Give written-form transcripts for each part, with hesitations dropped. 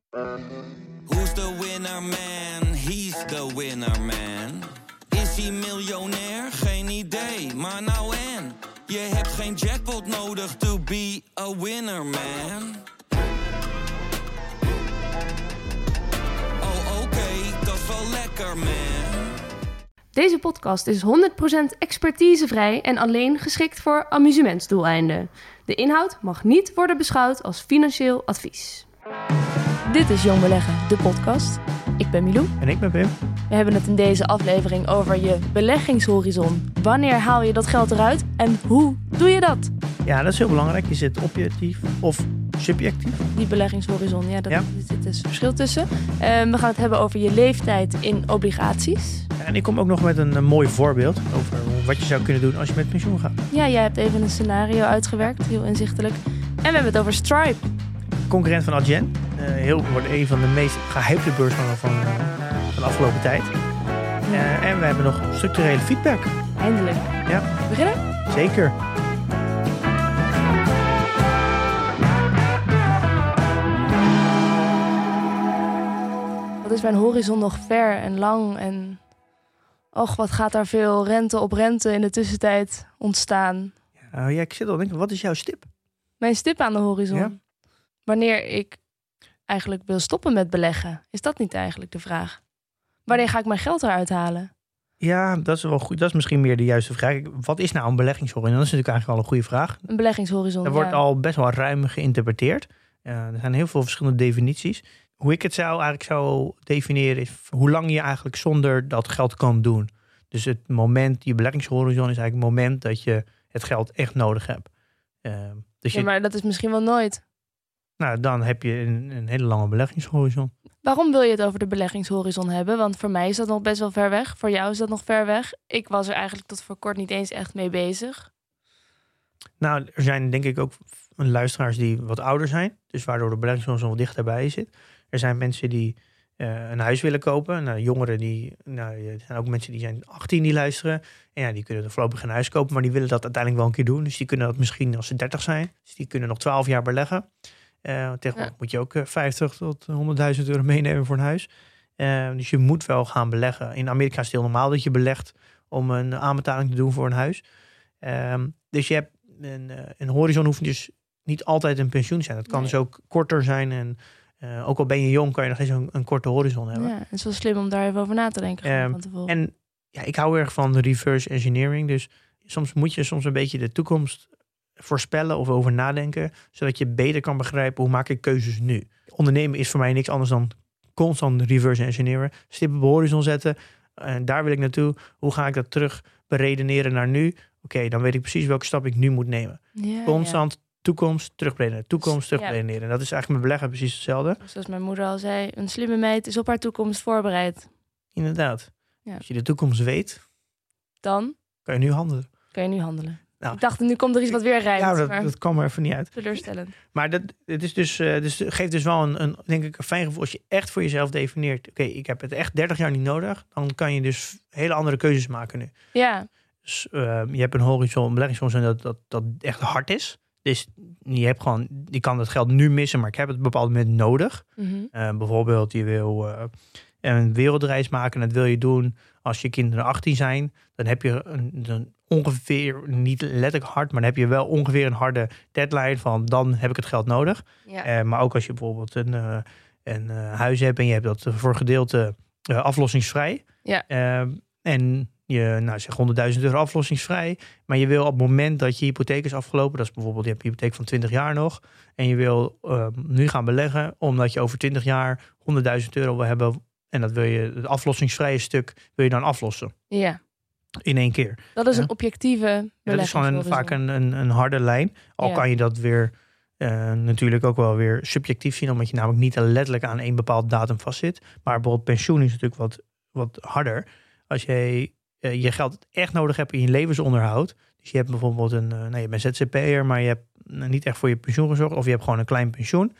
Who's the winner man? He's the winner man. Is hij miljonair? Geen idee, maar nou en. Je hebt geen jackpot nodig to be a winner man. Oh oké, dat is wel lekker man. Deze podcast is 100% expertisevrij en alleen geschikt voor amusementsdoeleinden. De inhoud mag niet worden beschouwd als financieel advies. Dit is Jong Beleggen, de podcast. Ik ben Milou. En ik ben Pim. We hebben het in deze aflevering over je beleggingshorizon. Wanneer haal je dat geld eruit en hoe doe je dat? Ja, dat is heel belangrijk. Is het objectief of subjectief? Die beleggingshorizon, er zit dus verschil tussen. We gaan het hebben over je leeftijd in obligaties. Ja, en ik kom ook nog met een mooi voorbeeld over wat je zou kunnen doen als je met pensioen gaat. Ja, jij hebt even een scenario uitgewerkt, heel inzichtelijk. En we hebben het over Stripe. Concurrent van Adyen. Wordt een van de meest gehypte beursgangen van de afgelopen tijd. En we hebben nog structurele feedback. Eindelijk. Ja. Beginnen? Zeker. Wat is mijn horizon nog ver en lang en... Och, wat gaat daar veel rente op rente in de tussentijd ontstaan. Ja, ik zit al te denken, wat is jouw stip? Mijn stip aan de horizon? Ja. Wanneer ik eigenlijk wil stoppen met beleggen. Is dat niet eigenlijk de vraag? Wanneer ga ik mijn geld eruit halen? Ja, dat is wel goed. Dat is misschien meer de juiste vraag. Wat is nou een beleggingshorizon? Dat is natuurlijk eigenlijk al een goede vraag. Een beleggingshorizon, Er wordt al best wel ruim geïnterpreteerd. Er zijn heel veel verschillende definities. Hoe ik het zou definiëren is hoe lang je eigenlijk zonder dat geld kan doen. Dus het moment, je beleggingshorizon is eigenlijk het moment dat je het geld echt nodig hebt. Maar dat is misschien wel nooit. Nou, dan heb je een hele lange beleggingshorizon. Waarom wil je het over de beleggingshorizon hebben? Want voor mij is dat nog best wel ver weg. Voor jou is dat nog ver weg. Ik was er eigenlijk tot voor kort niet eens echt mee bezig. Nou, er zijn denk ik ook luisteraars die wat ouder zijn. Dus waardoor de beleggingshorizon wat dichterbij zit. Er zijn mensen die een huis willen kopen. Nou, jongeren er zijn ook mensen die zijn 18 die luisteren. En ja, die kunnen voorlopig geen huis kopen. Maar die willen dat uiteindelijk wel een keer doen. Dus die kunnen dat misschien als ze 30 zijn. Dus die kunnen nog 12 jaar beleggen. Tegenwoordig moet je ook 50 tot 100.000 euro meenemen voor een huis. Dus je moet wel gaan beleggen. In Amerika is het heel normaal dat je belegt om een aanbetaling te doen voor een huis. Dus je hebt een horizon hoeft dus niet altijd een pensioen te zijn. Het kan dus ook korter zijn. En ook al ben je jong, kan je nog eens een korte horizon hebben. Ja, het is wel slim om daar even over na te denken. Van tevoren. En ja, ik hou erg van reverse engineering. Dus soms moet je een beetje de toekomst voorspellen of over nadenken, zodat je beter kan begrijpen hoe maak ik keuzes nu. Ondernemen is voor mij niks anders dan constant reverse engineeren. Stippen op de horizon zetten. En daar wil ik naartoe. Hoe ga ik dat terug beredeneren naar nu? Oké, dan weet ik precies welke stap ik nu moet nemen. Ja, constant toekomst terugredeneren. Toekomst terugredeneren. En dat is eigenlijk met beleggen precies hetzelfde. Zoals mijn moeder al zei, een slimme meid is op haar toekomst voorbereid. Inderdaad. Ja. Als je de toekomst weet, dan kan je nu handelen. Nou, ik dacht, nu komt er iets wat weer rijmt. Ja, dat kwam er even niet uit. Teleurstellend. Maar het is geeft dus wel denk ik, een fijn gevoel als je echt voor jezelf definieert. Oké, ik heb het echt 30 jaar niet nodig. Dan kan je dus hele andere keuzes maken nu. Ja. Dus je hebt een beleggingshorizon dat echt hard is. Dus je kan dat geld nu missen, maar ik heb het op een bepaald moment nodig. Mm-hmm. Bijvoorbeeld, je wil een wereldreis maken. En dat wil je doen als je kinderen 18 zijn. Dan heb je een ongeveer, niet letterlijk hard, maar dan heb je wel ongeveer een harde deadline van dan heb ik het geld nodig. Ja. Maar ook als je bijvoorbeeld een huis hebt en je hebt dat voor gedeelte aflossingsvrij. Ja. En je zeg 100.000 euro aflossingsvrij. Maar je wil op het moment dat je hypotheek is afgelopen, dat is bijvoorbeeld je hebt een hypotheek van 20 jaar nog. En je wil nu gaan beleggen omdat je over 20 jaar 100.000 euro wil hebben. En dat wil je, het aflossingsvrije stuk wil je dan aflossen. Ja. In één keer. Dat is een objectieve dat is gewoon vaak een harde lijn. Al kan je dat weer natuurlijk ook wel weer subjectief zien. Omdat je namelijk niet letterlijk aan één bepaald datum vastzit. Maar bijvoorbeeld pensioen is natuurlijk wat harder. Als je je geld echt nodig hebt in je levensonderhoud. Dus je hebt bijvoorbeeld je bent ZZP'er, maar je hebt niet echt voor je pensioen gezorgd. Of je hebt gewoon een klein pensioen.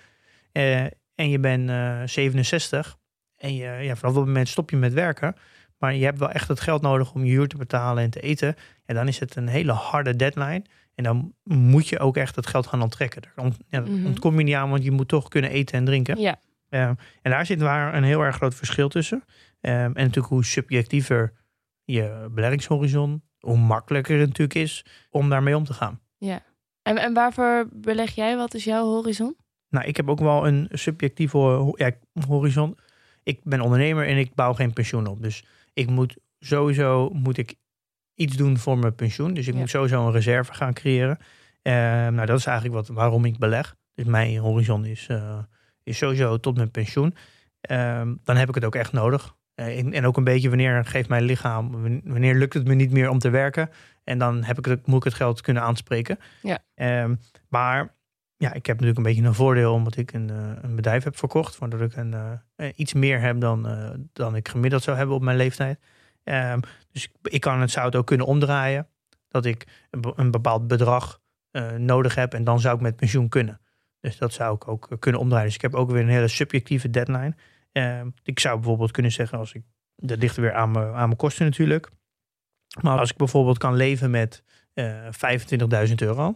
En je bent 67. En vanaf dat moment stop je met werken. Maar je hebt wel echt het geld nodig om je huur te betalen en te eten. En dan is het een hele harde deadline. En dan moet je ook echt het geld gaan onttrekken. Daar ontkom je niet aan, want je moet toch kunnen eten en drinken. Ja. En daar zit waar een heel erg groot verschil tussen. En natuurlijk hoe subjectiever je beleggingshorizon, hoe makkelijker het natuurlijk is om daarmee om te gaan. Ja. En waarvoor beleg jij? Wat is jouw horizon? Nou, ik heb ook wel een subjectieve horizon. Ik ben ondernemer en ik bouw geen pensioen op. Dus sowieso moet ik iets doen voor mijn pensioen. Dus ik moet sowieso een reserve gaan creëren. Nou, dat is eigenlijk waarom ik beleg. Dus mijn horizon is sowieso tot mijn pensioen. Dan heb ik het ook echt nodig. En ook een beetje wanneer geeft mijn lichaam, wanneer lukt het me niet meer om te werken. En dan moet ik het geld kunnen aanspreken. Ja. Maar ja, ik heb natuurlijk een beetje een voordeel omdat ik een bedrijf heb verkocht. Waardoor ik iets meer heb dan ik gemiddeld zou hebben op mijn leeftijd. Dus ik zou het ook kunnen omdraaien. Dat ik een bepaald bedrag nodig heb en dan zou ik met pensioen kunnen. Dus dat zou ik ook kunnen omdraaien. Dus ik heb ook weer een hele subjectieve deadline. Ik zou bijvoorbeeld kunnen zeggen, dat ligt weer aan mijn kosten natuurlijk. Maar als ik bijvoorbeeld kan leven met €25.000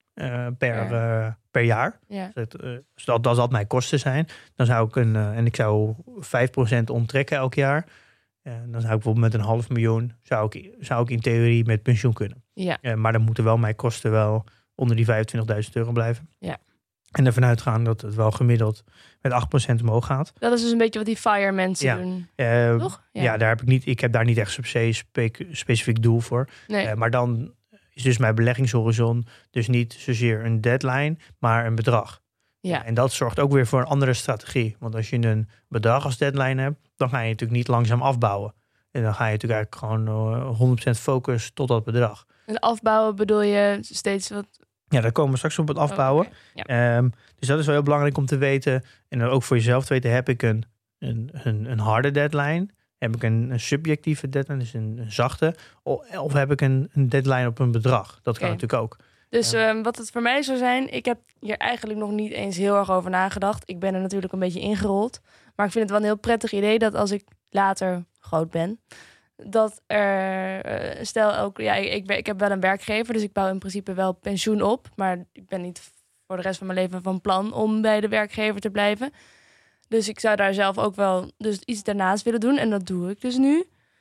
per jaar. Ja. Dus dat zal mijn kosten zijn. Dan zou ik en ik zou 5% onttrekken elk jaar. Dan zou ik bijvoorbeeld met €500.000 zou ik in theorie met pensioen kunnen. Ja. Maar dan moeten wel mijn kosten wel onder die €25.000 blijven. Ja. En ervan uitgaan dat het wel gemiddeld met 8% omhoog gaat. Dat is dus een beetje wat die FIRE mensen doen. Toch? Ja, ik heb daar niet echt specifiek doel voor. Nee. Maar dan is dus mijn beleggingshorizon dus niet zozeer een deadline, maar een bedrag. Ja. En dat zorgt ook weer voor een andere strategie. Want als je een bedrag als deadline hebt, dan ga je natuurlijk niet langzaam afbouwen. En dan ga je natuurlijk eigenlijk gewoon 100% focus tot dat bedrag. En afbouwen bedoel je steeds wat? Ja, daar komen we straks op het afbouwen. Okay. Ja. Dus dat is wel heel belangrijk om te weten. En dan ook voor jezelf te weten, heb ik een harde deadline? Heb ik een subjectieve deadline, dus een zachte? Of heb ik een deadline op een bedrag? Dat kan natuurlijk ook. Dus wat het voor mij zou zijn, ik heb hier eigenlijk nog niet eens heel erg over nagedacht. Ik ben er natuurlijk een beetje ingerold. Maar ik vind het wel een heel prettig idee dat als ik later groot ben, dat ik heb wel een werkgever, dus ik bouw in principe wel pensioen op. Maar ik ben niet voor de rest van mijn leven van plan om bij de werkgever te blijven. Dus ik zou daar zelf ook wel dus iets daarnaast willen doen. En dat doe ik dus nu.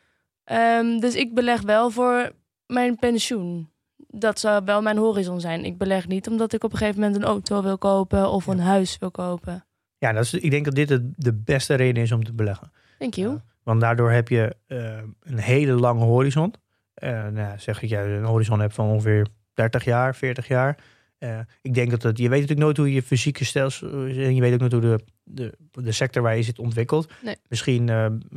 Dus ik beleg wel voor mijn pensioen. Dat zou wel mijn horizon zijn. Ik beleg niet omdat ik op een gegeven moment een auto wil kopen of een huis wil kopen. Ja, ik denk dat dit de beste reden is om te beleggen. Thank you. Want daardoor heb je een hele lange horizon. Zeg ik een horizon hebt van ongeveer 30 jaar, 40 jaar. Ik denk je weet natuurlijk nooit hoe je fysieke stelsel, en je weet ook nooit hoe de sector waar je zit ontwikkelt. Nee. Misschien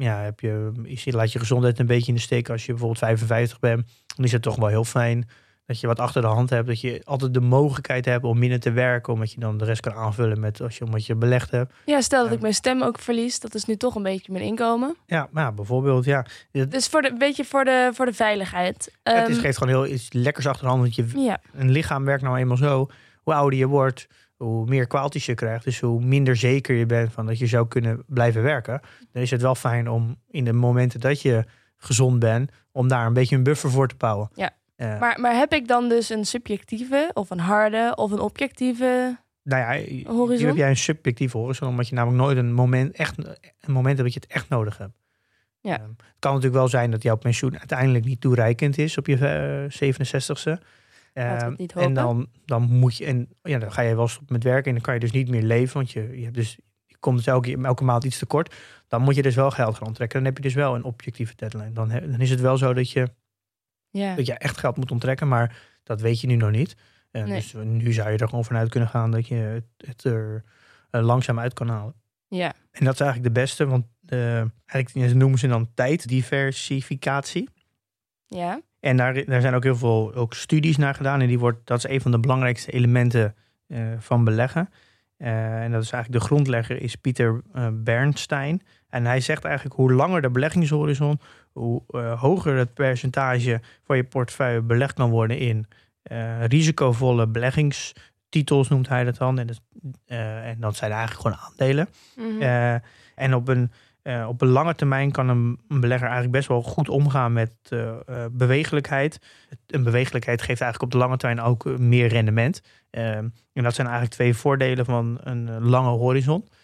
laat je gezondheid een beetje in de steek als je bijvoorbeeld 55 bent. Dan is het toch wel heel fijn dat je wat achter de hand hebt. Dat je altijd de mogelijkheid hebt om minder te werken, omdat je dan de rest kan aanvullen met omdat je belegd hebt. Ja, stel dat ik mijn stem ook verlies, dat is nu toch een beetje mijn inkomen. Ja, bijvoorbeeld, ja. Dus een beetje voor de veiligheid. Het geeft gewoon iets lekkers achter de hand, want een lichaam werkt nou eenmaal zo. Hoe ouder je wordt, hoe meer kwaaltjes je krijgt. Dus hoe minder zeker je bent van dat je zou kunnen blijven werken. Dan is het wel fijn om in de momenten dat je gezond bent, om daar een beetje een buffer voor te bouwen. Ja. Maar heb ik dan dus een subjectieve of een harde of een objectieve horizon? Hier heb jij een subjectieve horizon, omdat je namelijk nooit een moment hebt dat je het echt nodig hebt. Ja. Het kan natuurlijk wel zijn dat jouw pensioen uiteindelijk niet toereikend is op je 67ste. En dan moet je, dan ga je wel stoppen met werken en dan kan je dus niet meer leven, want je komt dus elke maand iets tekort. Dan moet je dus wel geld gaan onttrekken. Dan heb je dus wel een objectieve deadline. Dan is het wel zo dat je echt geld moet onttrekken, maar dat weet je nu nog niet. Nee. Dus nu zou je er gewoon vanuit kunnen gaan dat je het er langzaam uit kan halen. Ja. En dat is eigenlijk de beste, want eigenlijk noemen ze dan tijddiversificatie. Ja. En daar zijn ook heel veel studies naar gedaan. En dat is een van de belangrijkste elementen van beleggen. En dat is eigenlijk de grondlegger is Pieter Bernstein. En hij zegt eigenlijk hoe langer de beleggingshorizon, hoe hoger het percentage van je portefeuille belegd kan worden in risicovolle beleggingstitels, noemt hij dat dan. En dat zijn eigenlijk gewoon aandelen. Mm-hmm. En op een lange termijn kan een belegger eigenlijk best wel goed omgaan met bewegelijkheid. Een bewegelijkheid geeft eigenlijk op de lange termijn ook meer rendement. En dat zijn eigenlijk twee voordelen van een lange horizon.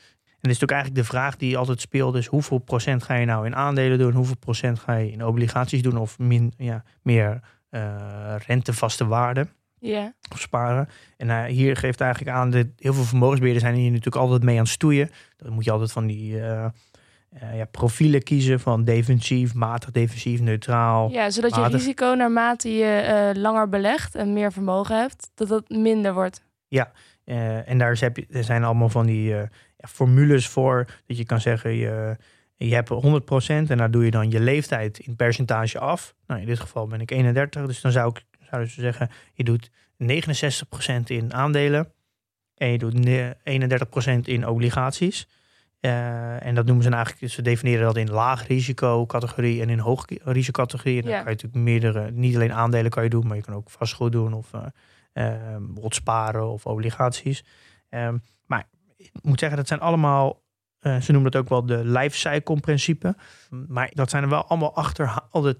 dat is natuurlijk eigenlijk de vraag die altijd speelt. Dus hoeveel procent ga je nou in aandelen doen? Hoeveel procent ga je in obligaties doen? Of meer rentevaste waarde? Of sparen. En hier geeft eigenlijk aan dat heel veel vermogensbeheerders zijn hier natuurlijk altijd mee aan het stoeien. Dan moet je altijd van die profielen kiezen van defensief, matig defensief, neutraal. Ja, zodat matig. je risico naarmate je langer belegt en meer vermogen hebt, dat minder wordt. Ja, en er zijn allemaal van die formules voor dat je kan zeggen je hebt 100% en daar doe je dan je leeftijd in percentage af. Nou, in dit geval ben ik 31, dus dan zou ik dus zeggen, je doet 69% in aandelen en je doet 31% in obligaties. En dat noemen ze eigenlijk, ze definiëren dat in laag risico categorie en in hoog risico categorie. En dan kan je natuurlijk meerdere, niet alleen aandelen kan je doen, maar je kan ook vastgoed doen of bijvoorbeeld sparen of obligaties. Maar ik moet zeggen, dat zijn allemaal, ze noemen dat ook wel de lifecycle principe. Maar dat zijn er wel allemaal achterhaalde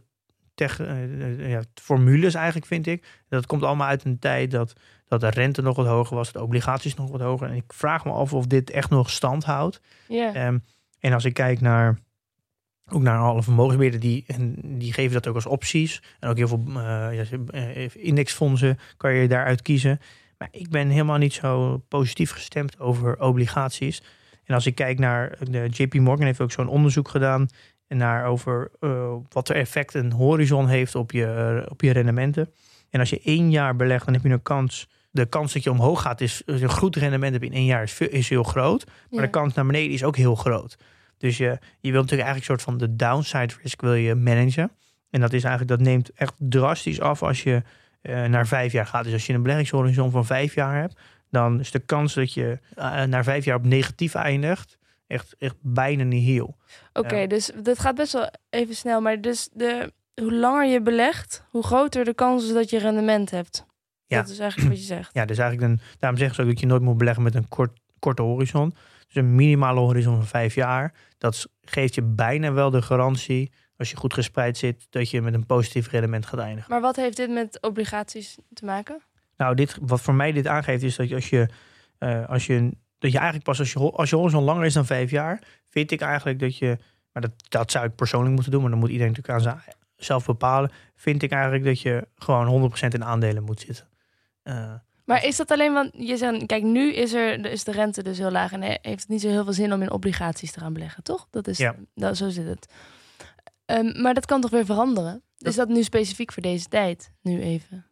formules eigenlijk, vind ik. Dat komt allemaal uit een tijd dat de rente nog wat hoger was, de obligaties nog wat hoger. En ik vraag me af of dit echt nog stand houdt. Yeah. En als ik kijk naar alle vermogensbeheerders, die geven dat ook als opties. En ook heel veel indexfondsen kan je daaruit kiezen. Maar ik ben helemaal niet zo positief gestemd over obligaties. En als ik kijk naar de JP Morgan heeft ook zo'n onderzoek gedaan naar over wat er effect een horizon heeft op je rendementen. En als je 1 jaar belegt, dan heb je een kans. De kans dat je omhoog gaat, is een goed rendement heb je in 1 jaar is heel groot. Maar de kans naar beneden is ook heel groot. Dus je wilt natuurlijk eigenlijk een soort van de downside risk wil je managen. En dat neemt echt drastisch af als je naar 5 jaar gaat. Dus als je een beleggingshorizon van 5 jaar hebt, dan is de kans dat je na 5 jaar op negatief eindigt echt bijna niet heel. Oké, dus dat gaat best wel even snel. Maar dus hoe langer je belegt, hoe groter de kans is dat je rendement hebt. Ja. Dat is eigenlijk wat je zegt. Ja, dus eigenlijk daarom zeggen ze ook dat je nooit moet beleggen met een korte horizon. Dus een minimale horizon van 5 jaar. Dat geeft je bijna wel de garantie, als je goed gespreid zit, dat je met een positief rendement gaat eindigen. Maar wat heeft dit met obligaties te maken? Nou, wat voor mij dit aangeeft is dat als je eigenlijk pas als je horizon langer is dan 5 jaar, vind ik eigenlijk dat je, maar dat zou ik persoonlijk moeten doen, maar dan moet iedereen natuurlijk aan zelf bepalen. Vind ik eigenlijk dat je gewoon 100% in aandelen moet zitten. Maar is dat alleen, want je zegt, kijk, nu is de rente dus heel laag en heeft het niet zo heel veel zin om in obligaties te gaan beleggen, toch? Zo zit het. Maar dat kan toch weer veranderen? Is dat nu specifiek voor deze tijd? Nu even.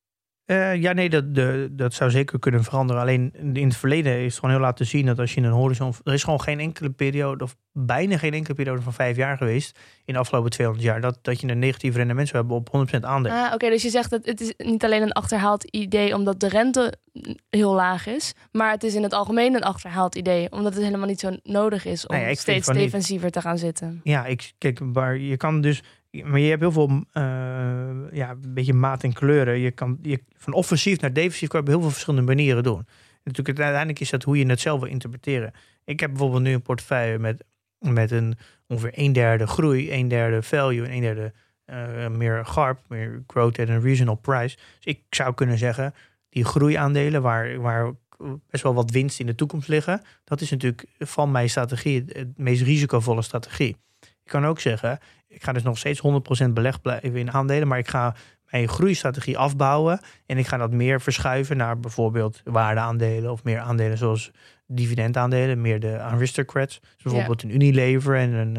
Dat zou zeker kunnen veranderen. Alleen in het verleden is het gewoon heel laten zien dat als je in een horizon, er is gewoon geen enkele periode of bijna geen enkele periode van 5 jaar geweest in de afgelopen 200 jaar dat je een negatief rendement zou hebben op 100% aandelen. Oké, dus je zegt dat het is niet alleen een achterhaald idee omdat de rente heel laag is, maar het is in het algemeen een achterhaald idee omdat het helemaal niet zo nodig is om steeds defensiever te gaan zitten. Ja, maar je kan dus. Maar je hebt heel veel een beetje maat en kleuren. Je van offensief naar defensief kan je op heel veel verschillende manieren doen. En natuurlijk uiteindelijk is dat hoe je het zelf wil interpreteren. Ik heb bijvoorbeeld nu een portefeuille met een ongeveer 1/3 groei, 1/3 value en 1/3 meer GARP, meer growth at a reasonable price. Dus ik zou kunnen zeggen, die groeiaandelen waar best wel wat winst in de toekomst liggen, dat is natuurlijk van mijn strategie het meest risicovolle strategie. Ik kan ook zeggen, ik ga dus nog steeds 100% belegd blijven in aandelen, maar ik ga mijn groeistrategie afbouwen en ik ga dat meer verschuiven naar bijvoorbeeld waardeaandelen of meer aandelen zoals dividendaandelen, meer de aristocrats. Dus bijvoorbeeld een Unilever en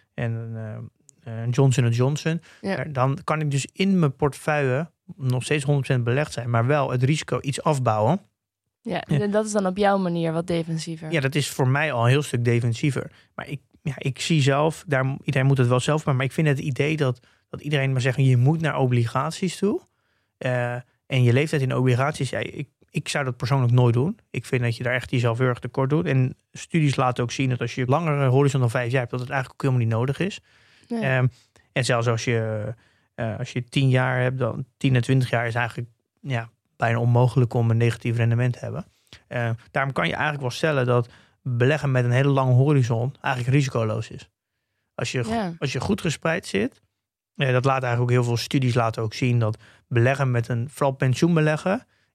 een Johnson & Johnson. Ja. Dan kan ik dus in mijn portefeuille nog steeds 100% belegd zijn, maar wel het risico iets afbouwen. Ja, en dat is dan op jouw manier wat defensiever. Ja, dat is voor mij al een heel stuk defensiever. Maar ik zie zelf, iedereen moet het wel zelf, maar ik vind het idee dat iedereen maar zegt, je moet naar obligaties toe. En je leeftijd in obligaties, ik zou dat persoonlijk nooit doen. Ik vind dat je daar echt jezelf heel erg tekort doet. En studies laten ook zien dat als je langere horizon dan 5 jaar hebt, dat het eigenlijk ook helemaal niet nodig is. Nee. En zelfs als je 10 jaar hebt, dan 10 en 20 jaar is eigenlijk bijna onmogelijk om een negatief rendement te hebben. Daarom kan je eigenlijk wel stellen dat beleggen met een hele lange horizon eigenlijk risicoloos is. Als je goed gespreid zit, dat laat eigenlijk ook heel veel studies laten ook zien dat beleggen met vooral pensioenbeleggen,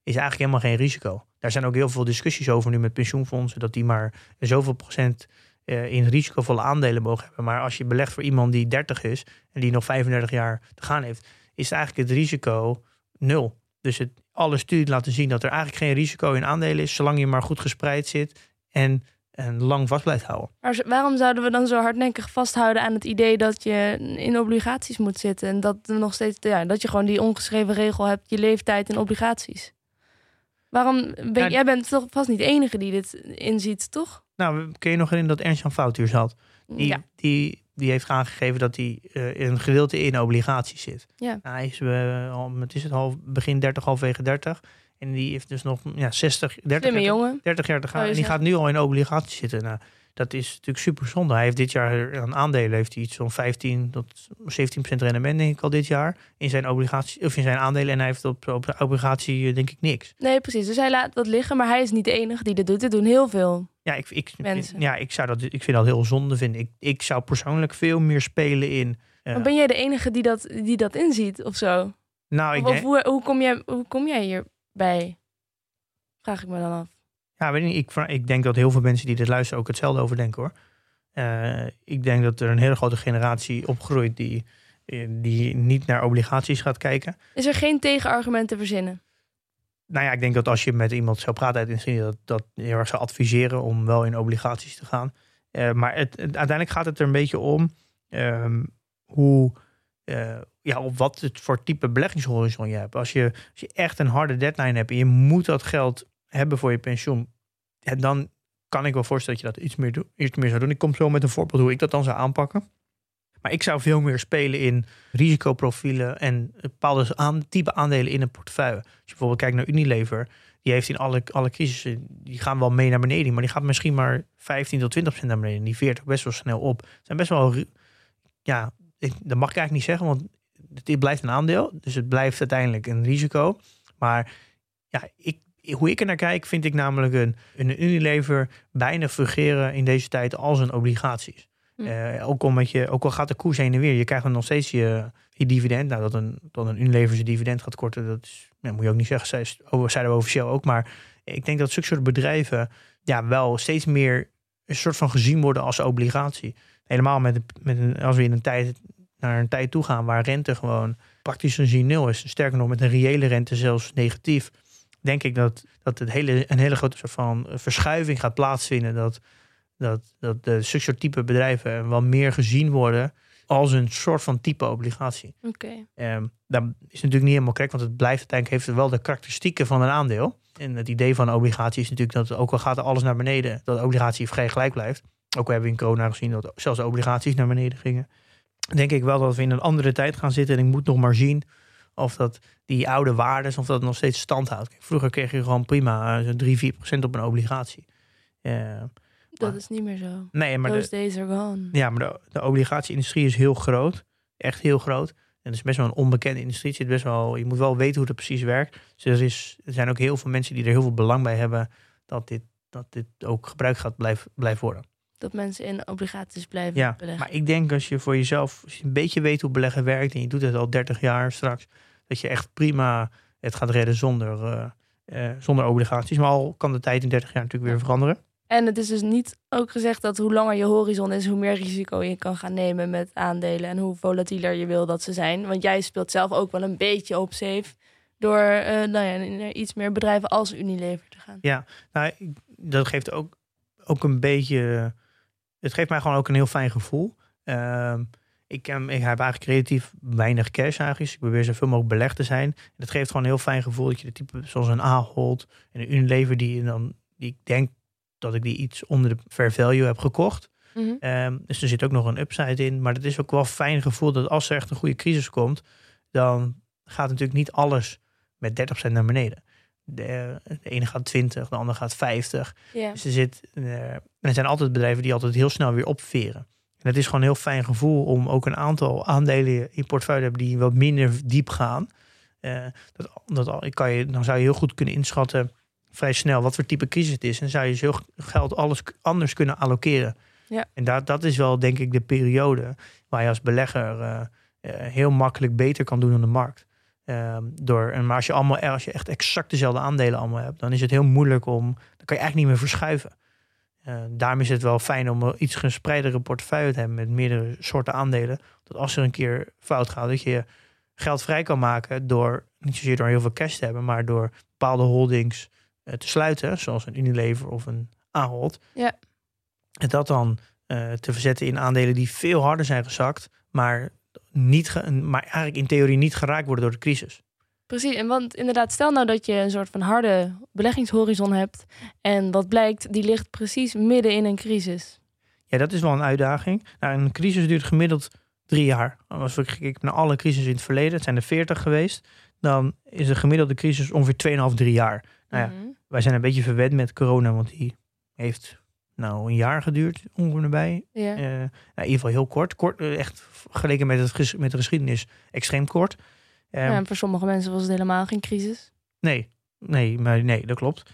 is eigenlijk helemaal geen risico. Daar zijn ook heel veel discussies over nu met pensioenfondsen, dat die maar zoveel procent in risicovolle aandelen mogen hebben. Maar als je belegt voor iemand die 30 is en die nog 35 jaar te gaan heeft, is eigenlijk het risico 0. Dus alle studies laten zien dat er eigenlijk geen risico in aandelen is, zolang je maar goed gespreid zit en lang vast blijft houden. Maar waarom zouden we dan zo hardnekkig vasthouden aan het idee dat je in obligaties moet zitten en dat er nog steeds, dat je gewoon die ongeschreven regel hebt, je leeftijd in obligaties? Waarom jij bent toch vast niet de enige die dit inziet, toch? Nou, kun je nog herinneren dat Ernst-Jan Fout zat? Die heeft aangegeven dat hij een gedeelte in obligaties zit. Ja. Nou, hij is begin 30, halverwege 30. En die heeft dus nog 30 jaar te gaan. En die gaat nu al in obligaties zitten. Nou, dat is natuurlijk super zonde. Hij heeft dit jaar aan aandelen heeft hij iets van 15 tot 17% rendement, denk ik al dit jaar. In zijn obligaties of in zijn aandelen. En hij heeft op obligatie denk ik niks. Nee, precies. Dus hij laat dat liggen. Maar hij is niet de enige die dit doet. Dit doen heel veel mensen. Ik vind dat heel zonde. Ik zou persoonlijk veel meer spelen in. Maar ben jij de enige die dat inziet of zo? Nou, hoe kom jij hierbij? Vraag ik me dan af. Ja, weet niet. Ik denk dat heel veel mensen die dit luisteren ook hetzelfde over denken, hoor. Ik denk dat er een hele grote generatie opgroeit die niet naar obligaties gaat kijken. Is er geen tegenargument te verzinnen? Nou ja, ik denk dat als je met iemand zou praten uit de industrie, dat heel erg zou adviseren om wel in obligaties te gaan. Maar uiteindelijk gaat het er een beetje om op wat het voor type beleggingshorizon je hebt. Als je echt een harde deadline hebt en je moet dat geld hebben voor je pensioen, dan kan ik wel voorstellen dat je dat iets meer zou doen. Ik kom zo met een voorbeeld hoe ik dat dan zou aanpakken. Maar ik zou veel meer spelen in risicoprofielen en bepaalde type aandelen in een portefeuille. Als je bijvoorbeeld kijkt naar Unilever, die heeft in alle crisissen, die gaan wel mee naar beneden, maar die gaat misschien maar 15 tot 20% naar beneden. Die veert ook best wel snel op. Het zijn best wel, dat mag ik eigenlijk niet zeggen, want het blijft een aandeel. Dus het blijft uiteindelijk een risico. Maar hoe ik er naar kijk, vind ik namelijk een Unilever bijna fungeren in deze tijd als een obligaties. Ook al gaat de koers heen en weer, je krijgt dan nog steeds je dividend. Nou, dat een Unilever zijn dividend gaat korten, dat moet je ook niet zeggen. Zeiden we officieel ook. Maar ik denk dat zulke soort bedrijven wel steeds meer een soort van gezien worden als obligatie. Helemaal als we naar een tijd toe gaan waar rente gewoon praktisch gezien 0 is. Sterker nog, met een reële rente zelfs negatief. Denk ik dat een hele grote soort van verschuiving gaat plaatsvinden. Dat de zulke soort type bedrijven wel meer gezien worden als een soort van type obligatie. Okay. Dat is natuurlijk niet helemaal correct, want het blijft uiteindelijk, heeft het wel de karakteristieken van een aandeel. En het idee van een obligatie is natuurlijk dat ook al gaat alles naar beneden, dat de obligatie vrij gelijk blijft. Ook hebben we in corona gezien dat zelfs de obligaties naar beneden gingen. Denk ik wel dat we in een andere tijd gaan zitten. En ik moet nog maar zien of dat die oude waardes, of dat nog steeds stand houdt. Vroeger kreeg je gewoon prima 3-4% op een obligatie. Dat is niet meer zo. Nee, maar those days are gone. Ja, maar de obligatie-industrie is heel groot. Echt heel groot. En het is best wel een onbekende industrie. Je moet wel weten hoe dat precies werkt. Dus er zijn ook heel veel mensen die er heel veel belang bij hebben dat dit ook gebruikt gaat blijven worden. Dat mensen in obligaties blijven beleggen. Maar ik denk als je voor jezelf, als je een beetje weet hoe beleggen werkt en je doet het al 30 jaar straks, dat je echt prima het gaat redden zonder obligaties. Maar al kan de tijd in 30 jaar natuurlijk weer veranderen. En het is dus niet ook gezegd dat hoe langer je horizon is, hoe meer risico je kan gaan nemen met aandelen en hoe volatieler je wil dat ze zijn. Want jij speelt zelf ook wel een beetje op safe door naar iets meer bedrijven als Unilever te gaan. Ja, dat geeft ook een beetje. Het geeft mij gewoon ook een heel fijn gevoel. Ik heb eigenlijk relatief weinig cash eigenlijk. Dus ik probeer zoveel mogelijk belegd te zijn. En het geeft gewoon een heel fijn gevoel dat je de type zoals een Ahold en een Unilever die ik denk dat ik die iets onder de fair value heb gekocht. Mm-hmm. Dus er zit ook nog een upside in. Maar het is ook wel een fijn gevoel dat als er echt een goede crisis komt, dan gaat natuurlijk niet alles met 30% naar beneden. De ene gaat 20, de andere gaat 50. Yeah. Dus er zijn altijd bedrijven die altijd heel snel weer opveren. En het is gewoon een heel fijn gevoel om ook een aantal aandelen in portefeuille te hebben die wat minder diep gaan. Dan zou je heel goed kunnen inschatten vrij snel wat voor type crisis het is. En zou je zo geld alles anders kunnen allokeren. Ja. En dat is wel denk ik de periode waar je als belegger heel makkelijk beter kan doen dan de markt. Maar als je echt exact dezelfde aandelen allemaal hebt, dan is het heel moeilijk dan kan je eigenlijk niet meer verschuiven. Daarom is het wel fijn om een iets gespreidere portefeuille te hebben met meerdere soorten aandelen. Dat als er een keer fout gaat, dat je geld vrij kan maken niet zozeer door heel veel cash te hebben, maar door bepaalde holdings te sluiten, zoals een Unilever of een Ahold. Ja. En dat dan te verzetten in aandelen die veel harder zijn gezakt, maar eigenlijk in theorie niet geraakt worden door de crisis. Precies, en want inderdaad, stel nou dat je een soort van harde beleggingshorizon hebt en wat blijkt, die ligt precies midden in een crisis. Ja, dat is wel een uitdaging. Nou, een crisis duurt gemiddeld 3 jaar. Als we kijken naar alle crises in het verleden, het zijn er 40 geweest, dan is de gemiddelde crisis ongeveer 2,5, 3 jaar. Nou ja, wij zijn een beetje verwend met corona, want die heeft een jaar geduurd, ongeveer erbij. Ja. In ieder geval heel kort. Echt vergeleken met de geschiedenis extreem kort. En voor sommige mensen was het helemaal geen crisis. Nee, dat klopt.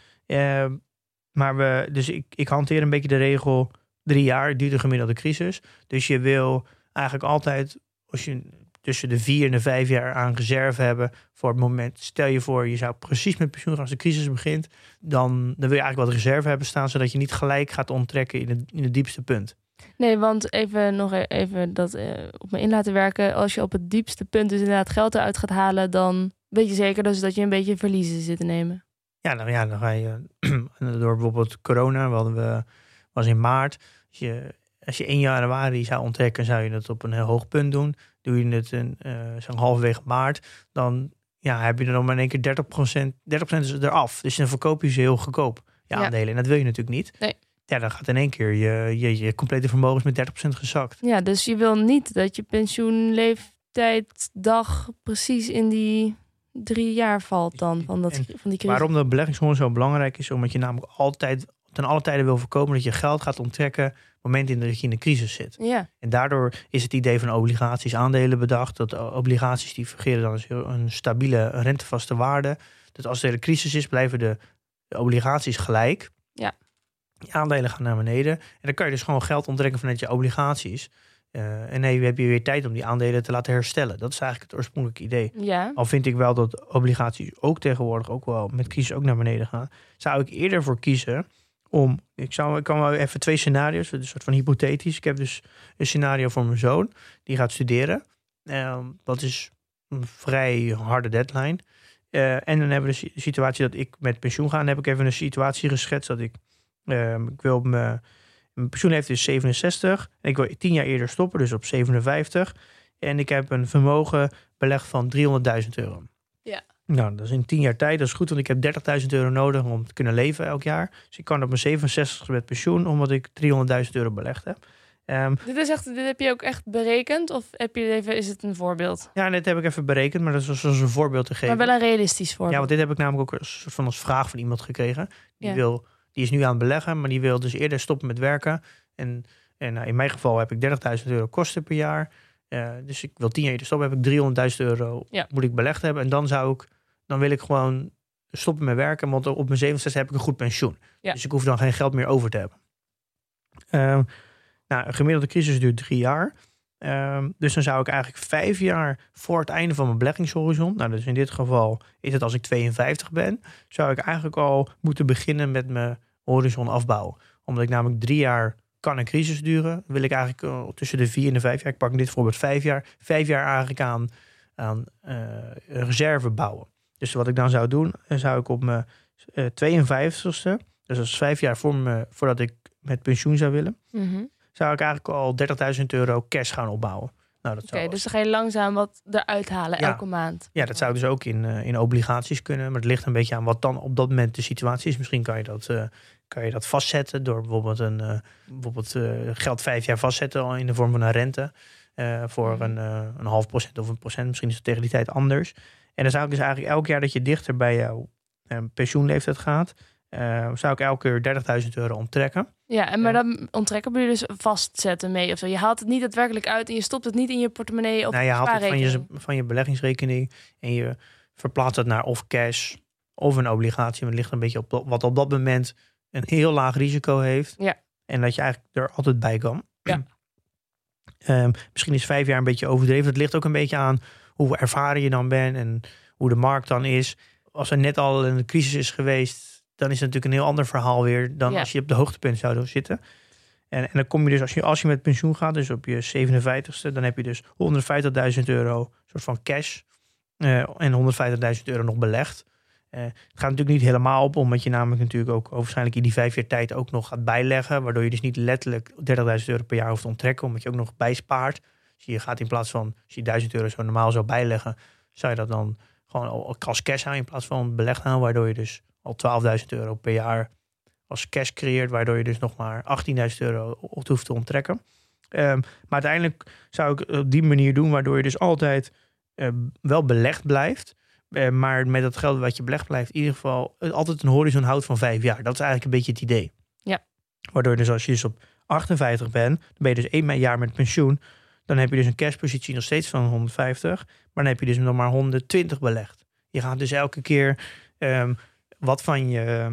Dus ik hanteer een beetje de regel 3 jaar duurt de gemiddelde crisis. Dus je wil eigenlijk altijd, als je tussen de 4 en de 5 jaar aan reserve hebben voor het moment. Stel je voor, je zou precies met pensioen gaan als de crisis begint. Dan wil je eigenlijk wat reserve hebben staan, zodat je niet gelijk gaat onttrekken in het diepste punt. Nee, want even dat op me in laten werken. Als je op het diepste punt dus inderdaad geld eruit gaat halen, dan weet je zeker dus dat je een beetje verliezen zit te nemen. Ja, dan ga je door bijvoorbeeld corona, was in maart. Als je 1 januari zou onttrekken, zou je dat op een heel hoog punt doen. Doe je het zo'n halverwege maart, dan heb je er nog maar in één keer 30% is eraf. Dus dan verkoop je ze heel goedkoop, je aandelen. En dat wil je natuurlijk niet. Nee. Ja, dan gaat in één keer je complete vermogens met 30% gezakt. Ja, dus je wil niet dat je pensioenleeftijdsdag precies in die 3 jaar valt dan van die crisis. Waarom de beleggingshorizon zo belangrijk is, omdat je namelijk ten alle tijden wil voorkomen dat je geld gaat onttrekken op het moment dat je in de crisis zit. Ja. En daardoor is het idee van obligaties, aandelen bedacht. Dat obligaties die fungeren dan als een stabiele rentevaste waarde. Dat als er een crisis is, blijven de obligaties gelijk. Ja. Die aandelen gaan naar beneden. En dan kan je dus gewoon geld onttrekken vanuit je obligaties. En dan heb je weer tijd om die aandelen te laten herstellen. Dat is eigenlijk het oorspronkelijke idee. Ja. Al vind ik wel dat obligaties ook tegenwoordig ook wel met crisis ook naar beneden gaan. Zou ik eerder voor kiezen om... Ik kan wel even 2 scenario's, een soort van hypothetisch. Ik heb dus een scenario voor mijn zoon. Die gaat studeren. Dat is een vrij harde deadline. En dan hebben we de situatie dat ik met pensioen ga. Dan heb ik even een situatie geschetst dat ik wil mijn pensioenleeftijd is 67. En ik wil 10 jaar eerder stoppen, dus op 57. En ik heb een vermogen belegd van €300.000. Ja. Nou, dat is in 10 jaar tijd. Dat is goed, want ik heb €30.000 nodig om te kunnen leven elk jaar. Dus ik kan op mijn 67 met pensioen, omdat ik €300.000 belegd heb. Dit heb je ook echt berekend? Of is het een voorbeeld? Ja, dit heb ik even berekend, maar dat is als een voorbeeld te geven. Maar wel een realistisch voorbeeld. Ja, want dit heb ik namelijk ook een soort van als vraag van iemand gekregen. Die is nu aan het beleggen, maar die wil dus eerder stoppen met werken. En in mijn geval heb ik €30.000 kosten per jaar. Dus ik wil 10 jaar eerder stoppen, heb ik €300.000 moet ik belegd hebben. En dan wil ik gewoon stoppen met werken, want op mijn 67 heb ik een goed pensioen. Ja. Dus ik hoef dan geen geld meer over te hebben. Een gemiddelde crisis duurt 3 jaar. Dus dan zou ik eigenlijk 5 jaar voor het einde van mijn beleggingshorizon, nou dus in dit geval is het als ik 52 ben, zou ik eigenlijk al moeten beginnen met mijn horizon afbouwen. Omdat ik namelijk 3 jaar kan een crisis duren, wil ik eigenlijk tussen de 4 en de 5 jaar, ik pak dit voorbeeld 5 jaar eigenlijk aan een reserve bouwen. Dus wat ik dan zou doen, zou ik op mijn 52ste, dus dat is 5 jaar voordat ik met pensioen zou willen, zou ik eigenlijk al €30.000 cash gaan opbouwen. Nou, Dus dan ga je langzaam wat eruit halen elke maand. Ja, dat zou dus ook in obligaties kunnen. Maar het ligt een beetje aan wat dan op dat moment de situatie is. Misschien kan je dat vastzetten door bijvoorbeeld geld 5 jaar vastzetten al in de vorm van een rente. Voor een 0,5% of 1%. Misschien is het tegen die tijd anders. En dan zou ik dus eigenlijk elk jaar dat je dichter bij jouw pensioenleeftijd gaat, zou ik elke keer €30.000 onttrekken. Ja, maar dan onttrekken bedoel je dus vastzetten mee of zo. Je haalt het niet daadwerkelijk uit en je stopt het niet in je portemonnee of je haalt het van je beleggingsrekening en je verplaatst het naar of cash of een obligatie. Maar het ligt een beetje op wat op dat moment een heel laag risico heeft. Ja. En dat je eigenlijk er altijd bij kan. Ja. Misschien is 5 jaar een beetje overdreven. Het ligt ook een beetje aan hoe ervaren je dan bent en hoe de markt dan is. Als er net al een crisis is geweest, dan is het natuurlijk een heel ander verhaal weer dan als je op de hoogtepunt zou zitten. En dan kom je dus, als je met pensioen gaat, dus op je 57ste, dan heb je dus €150.000 soort van cash en €150.000 nog belegd. Het gaat natuurlijk niet helemaal op, omdat je namelijk natuurlijk ook waarschijnlijk in die 5 jaar tijd ook nog gaat bijleggen, waardoor je dus niet letterlijk €30.000 per jaar hoeft te onttrekken, omdat je ook nog bijspaart. Dus je gaat in plaats van, als je €1.000 zo normaal zou bijleggen, zou je dat dan gewoon als cash houden in plaats van belegd houden, waardoor je dus al €12.000 per jaar als cash creëert, waardoor je dus nog maar €18.000 op hoeft te onttrekken. Maar uiteindelijk zou ik op die manier doen, waardoor je dus altijd wel belegd blijft. Maar met dat geld wat je belegd blijft, in ieder geval altijd een horizon houdt van 5 jaar. Dat is eigenlijk een beetje het idee. Ja. Waardoor je dus als je dus op 58 bent, dan ben je dus 1 jaar met pensioen. Dan heb je dus een cashpositie nog steeds van 150. Maar dan heb je dus nog maar 120 belegd. Je gaat dus elke keer wat van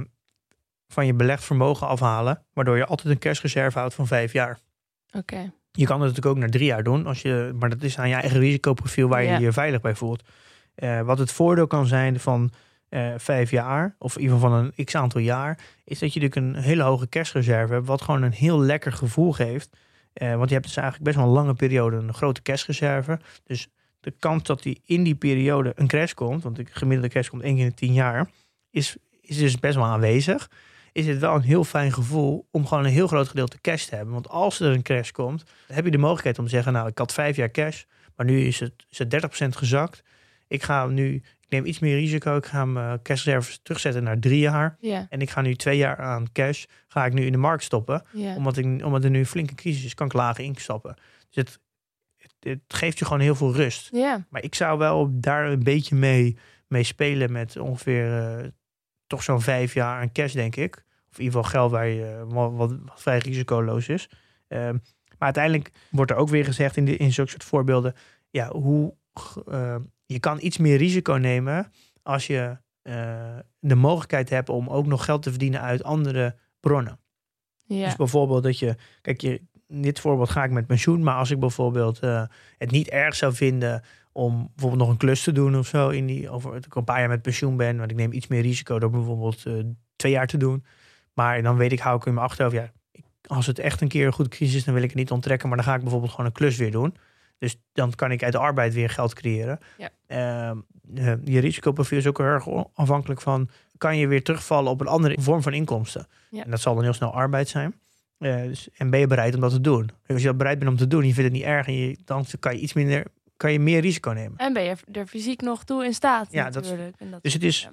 je belegd vermogen afhalen. Waardoor je altijd een cashreserve houdt van 5 jaar. Oké. Je kan het natuurlijk ook naar 3 jaar doen. Maar dat is aan je eigen risicoprofiel waar je je veilig bij voelt. Wat het voordeel kan zijn van 5 jaar, of in ieder geval van een x-aantal jaar, is dat je natuurlijk een hele hoge cashreserve hebt, wat gewoon een heel lekker gevoel geeft. Want je hebt dus eigenlijk best wel een lange periode een grote cashreserve. Dus de kans dat die in die periode een crash komt, want de gemiddelde crash komt 1 keer in 10 jaar, is dus best wel aanwezig. Is het wel een heel fijn gevoel om gewoon een heel groot gedeelte cash te hebben. Want als er een crash komt, dan heb je de mogelijkheid om te zeggen, nou, ik had 5 jaar cash, maar nu is het 30% gezakt. Ik neem iets meer risico. Ik ga mijn cashreserves terugzetten naar 3 jaar. Ja. En ik ga nu 2 jaar aan cash. Ga ik nu in de markt stoppen. Ja. Omdat er nu een flinke crisis is, kan ik lager instappen. Dus het geeft je gewoon heel veel rust. Ja. Maar ik zou wel daar een beetje mee spelen met ongeveer toch zo'n 5 jaar aan cash, denk ik. Of in ieder geval geld waar je wat vrij risicoloos is. Maar uiteindelijk wordt er ook weer gezegd in zulke soort voorbeelden, ja, je kan iets meer risico nemen als je de mogelijkheid hebt om ook nog geld te verdienen uit andere bronnen. Ja. Dus bijvoorbeeld dat in dit voorbeeld ga ik met pensioen, maar als ik bijvoorbeeld het niet erg zou vinden om bijvoorbeeld nog een klus te doen of zo, over dat ik een paar jaar met pensioen ben, want ik neem iets meer risico door bijvoorbeeld 2 jaar te doen. Maar dan hou ik in mijn achterhoofd, ja, als het echt een keer een goede crisis is, dan wil ik het niet onttrekken, maar dan ga ik bijvoorbeeld gewoon een klus weer doen. Dus dan kan ik uit de arbeid weer geld creëren. Ja. Je risicoprofiel is ook heel erg afhankelijk van, kan je weer terugvallen op een andere vorm van inkomsten? Ja. En dat zal dan heel snel arbeid zijn. En ben je bereid om dat te doen? Als je dat bereid bent om te doen, je vindt het niet erg, dan kan je meer risico nemen. En ben je er fysiek nog toe in staat? Ja, dus het is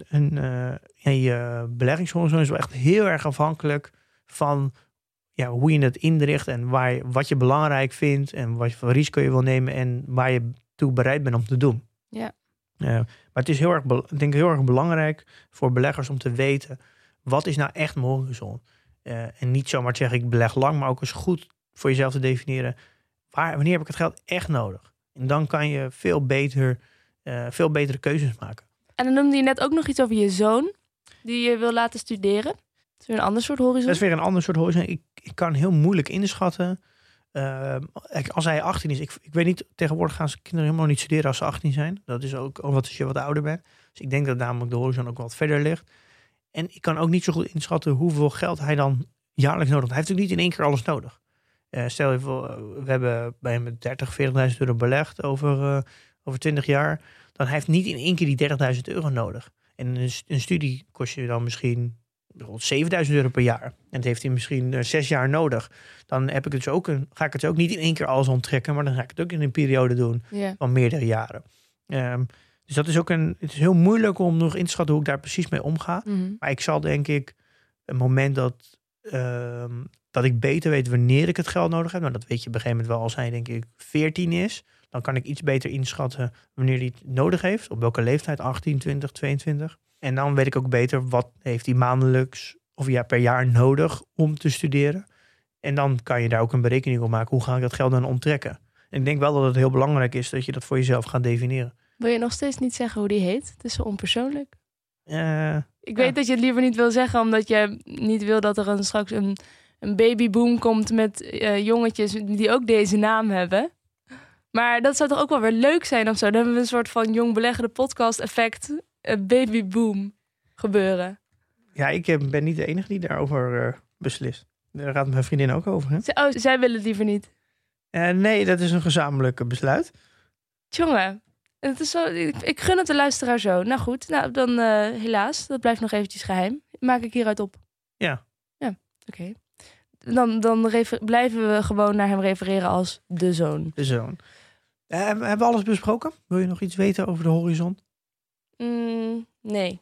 je beleggingshorizon is wel echt heel erg afhankelijk van hoe je het inricht en wat je belangrijk vindt en wat voor risico je wil nemen en waar je toe bereid bent om te doen. Ja. Maar het is heel erg belangrijk voor beleggers om te weten, wat is nou echt mijn horizon? En niet zomaar te zeggen, ik beleg lang, maar ook eens goed voor jezelf te definiëren, wanneer heb ik het geld echt nodig? En dan kan je veel betere keuzes maken. En dan noemde je net ook nog iets over je zoon, die je wil laten studeren. Dat is weer een ander soort horizon. Dat is weer een ander soort horizon. Ik kan heel moeilijk inschatten. Als hij 18 is, ik weet niet, tegenwoordig gaan ze kinderen helemaal niet studeren als ze 18 zijn. Dat is ook omdat je wat ouder bent. Dus ik denk dat namelijk de horizon ook wat verder ligt. En ik kan ook niet zo goed inschatten hoeveel geld hij dan jaarlijks nodig heeft. Hij heeft natuurlijk niet in één keer alles nodig. Stel je voor, we hebben bij hem 30.000, 40.000 euro belegd over 20 jaar. Dan heeft niet in één keer die 30.000 euro nodig. En een studie kost je dan misschien €7.000 per jaar. En dat heeft hij misschien 6 jaar nodig. Dan ga ik het ook niet in één keer alles onttrekken, maar dan ga ik het ook in een periode doen van meerdere jaren. Dus dat is ook het is heel moeilijk om nog in te schatten hoe ik daar precies mee omga. Mm-hmm. Maar ik zal denk ik een moment dat ik beter weet wanneer ik het geld nodig heb. Nou, dat weet je op een gegeven moment wel als hij denk ik 14 is. Dan kan ik iets beter inschatten wanneer hij het nodig heeft. Op welke leeftijd, 18, 20, 22. En dan weet ik ook beter wat heeft hij maandelijks of per jaar nodig om te studeren. En dan kan je daar ook een berekening op maken. Hoe ga ik dat geld dan onttrekken? En ik denk wel dat het heel belangrijk is dat je dat voor jezelf gaat definiëren. Wil je nog steeds niet zeggen hoe die heet? Het is zo onpersoonlijk. Ik weet dat je het liever niet wil zeggen, omdat je niet wil dat er straks een babyboom komt met jongetjes die ook deze naam hebben. Maar dat zou toch ook wel weer leuk zijn of zo? Dan hebben we een soort van jong beleggende podcast effect, babyboom gebeuren. Ja, ik ben niet de enige die daarover beslist. Daar gaat mijn vriendin ook over. Hè? Zij willen het liever niet. Nee, dat is een gezamenlijk besluit. Jongen, het is zo, ik gun het de luisteraar zo. Nou goed, dan helaas, dat blijft nog eventjes geheim. Maak ik hieruit op. Ja. Ja, oké. Dan blijven we gewoon naar hem refereren als de zoon. De zoon. Hebben we alles besproken? Wil je nog iets weten over de horizon? Nee.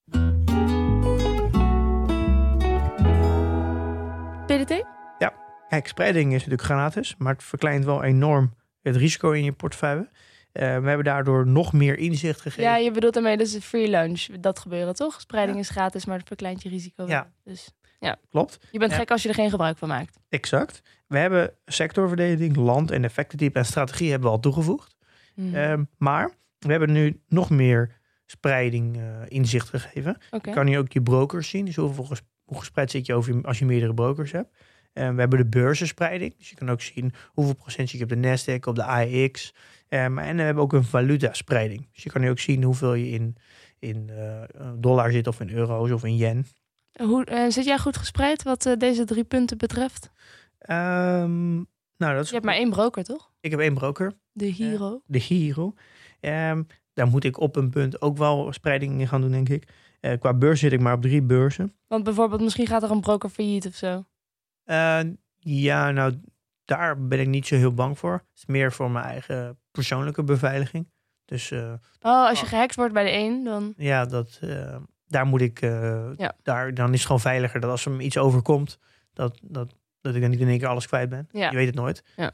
PDT? Ja. Kijk, spreiding is natuurlijk gratis, maar het verkleint wel enorm het risico in je portefeuille. We hebben daardoor nog meer inzicht gegeven. Ja, je bedoelt daarmee dus free lunch. Dat gebeuren toch? Spreiding is gratis, maar het verkleint je risico. Ja. Dus, ja. Klopt. Je bent gek als je er geen gebruik van maakt. Exact. We hebben sectorverdeling, land en effectentype en strategie hebben we al toegevoegd. Maar we hebben nu nog meer spreiding inzicht gegeven. Okay. Je kan hier ook je brokers zien. Dus hoe gespreid zit je over als je meerdere brokers hebt. We hebben de beursenspreiding. Dus je kan ook zien hoeveel procent zit je op de Nasdaq, op de AEX. En we hebben ook een valutaspreiding. Dus je kan hier ook zien hoeveel je in dollar zit of in euro's of in yen. Zit jij goed gespreid wat deze 3 punten betreft? Nou, dat is je hebt maar 1 broker, toch? Ik heb 1 broker. De Hero. De Hero. Daar moet ik op een punt ook wel spreiding in gaan doen, denk ik. Qua beurs zit ik maar op 3 beurzen. Want bijvoorbeeld misschien gaat er een broker failliet of zo. Ja, nou, daar ben ik niet zo heel bang voor. Het is meer voor mijn eigen persoonlijke beveiliging. Dus, als je gehackt wordt bij de een, dan... Ja, daar moet ik... Dan is het gewoon veiliger dat als er me iets overkomt... dat ik dan niet in één keer alles kwijt ben. Ja. Je weet het nooit. Ja.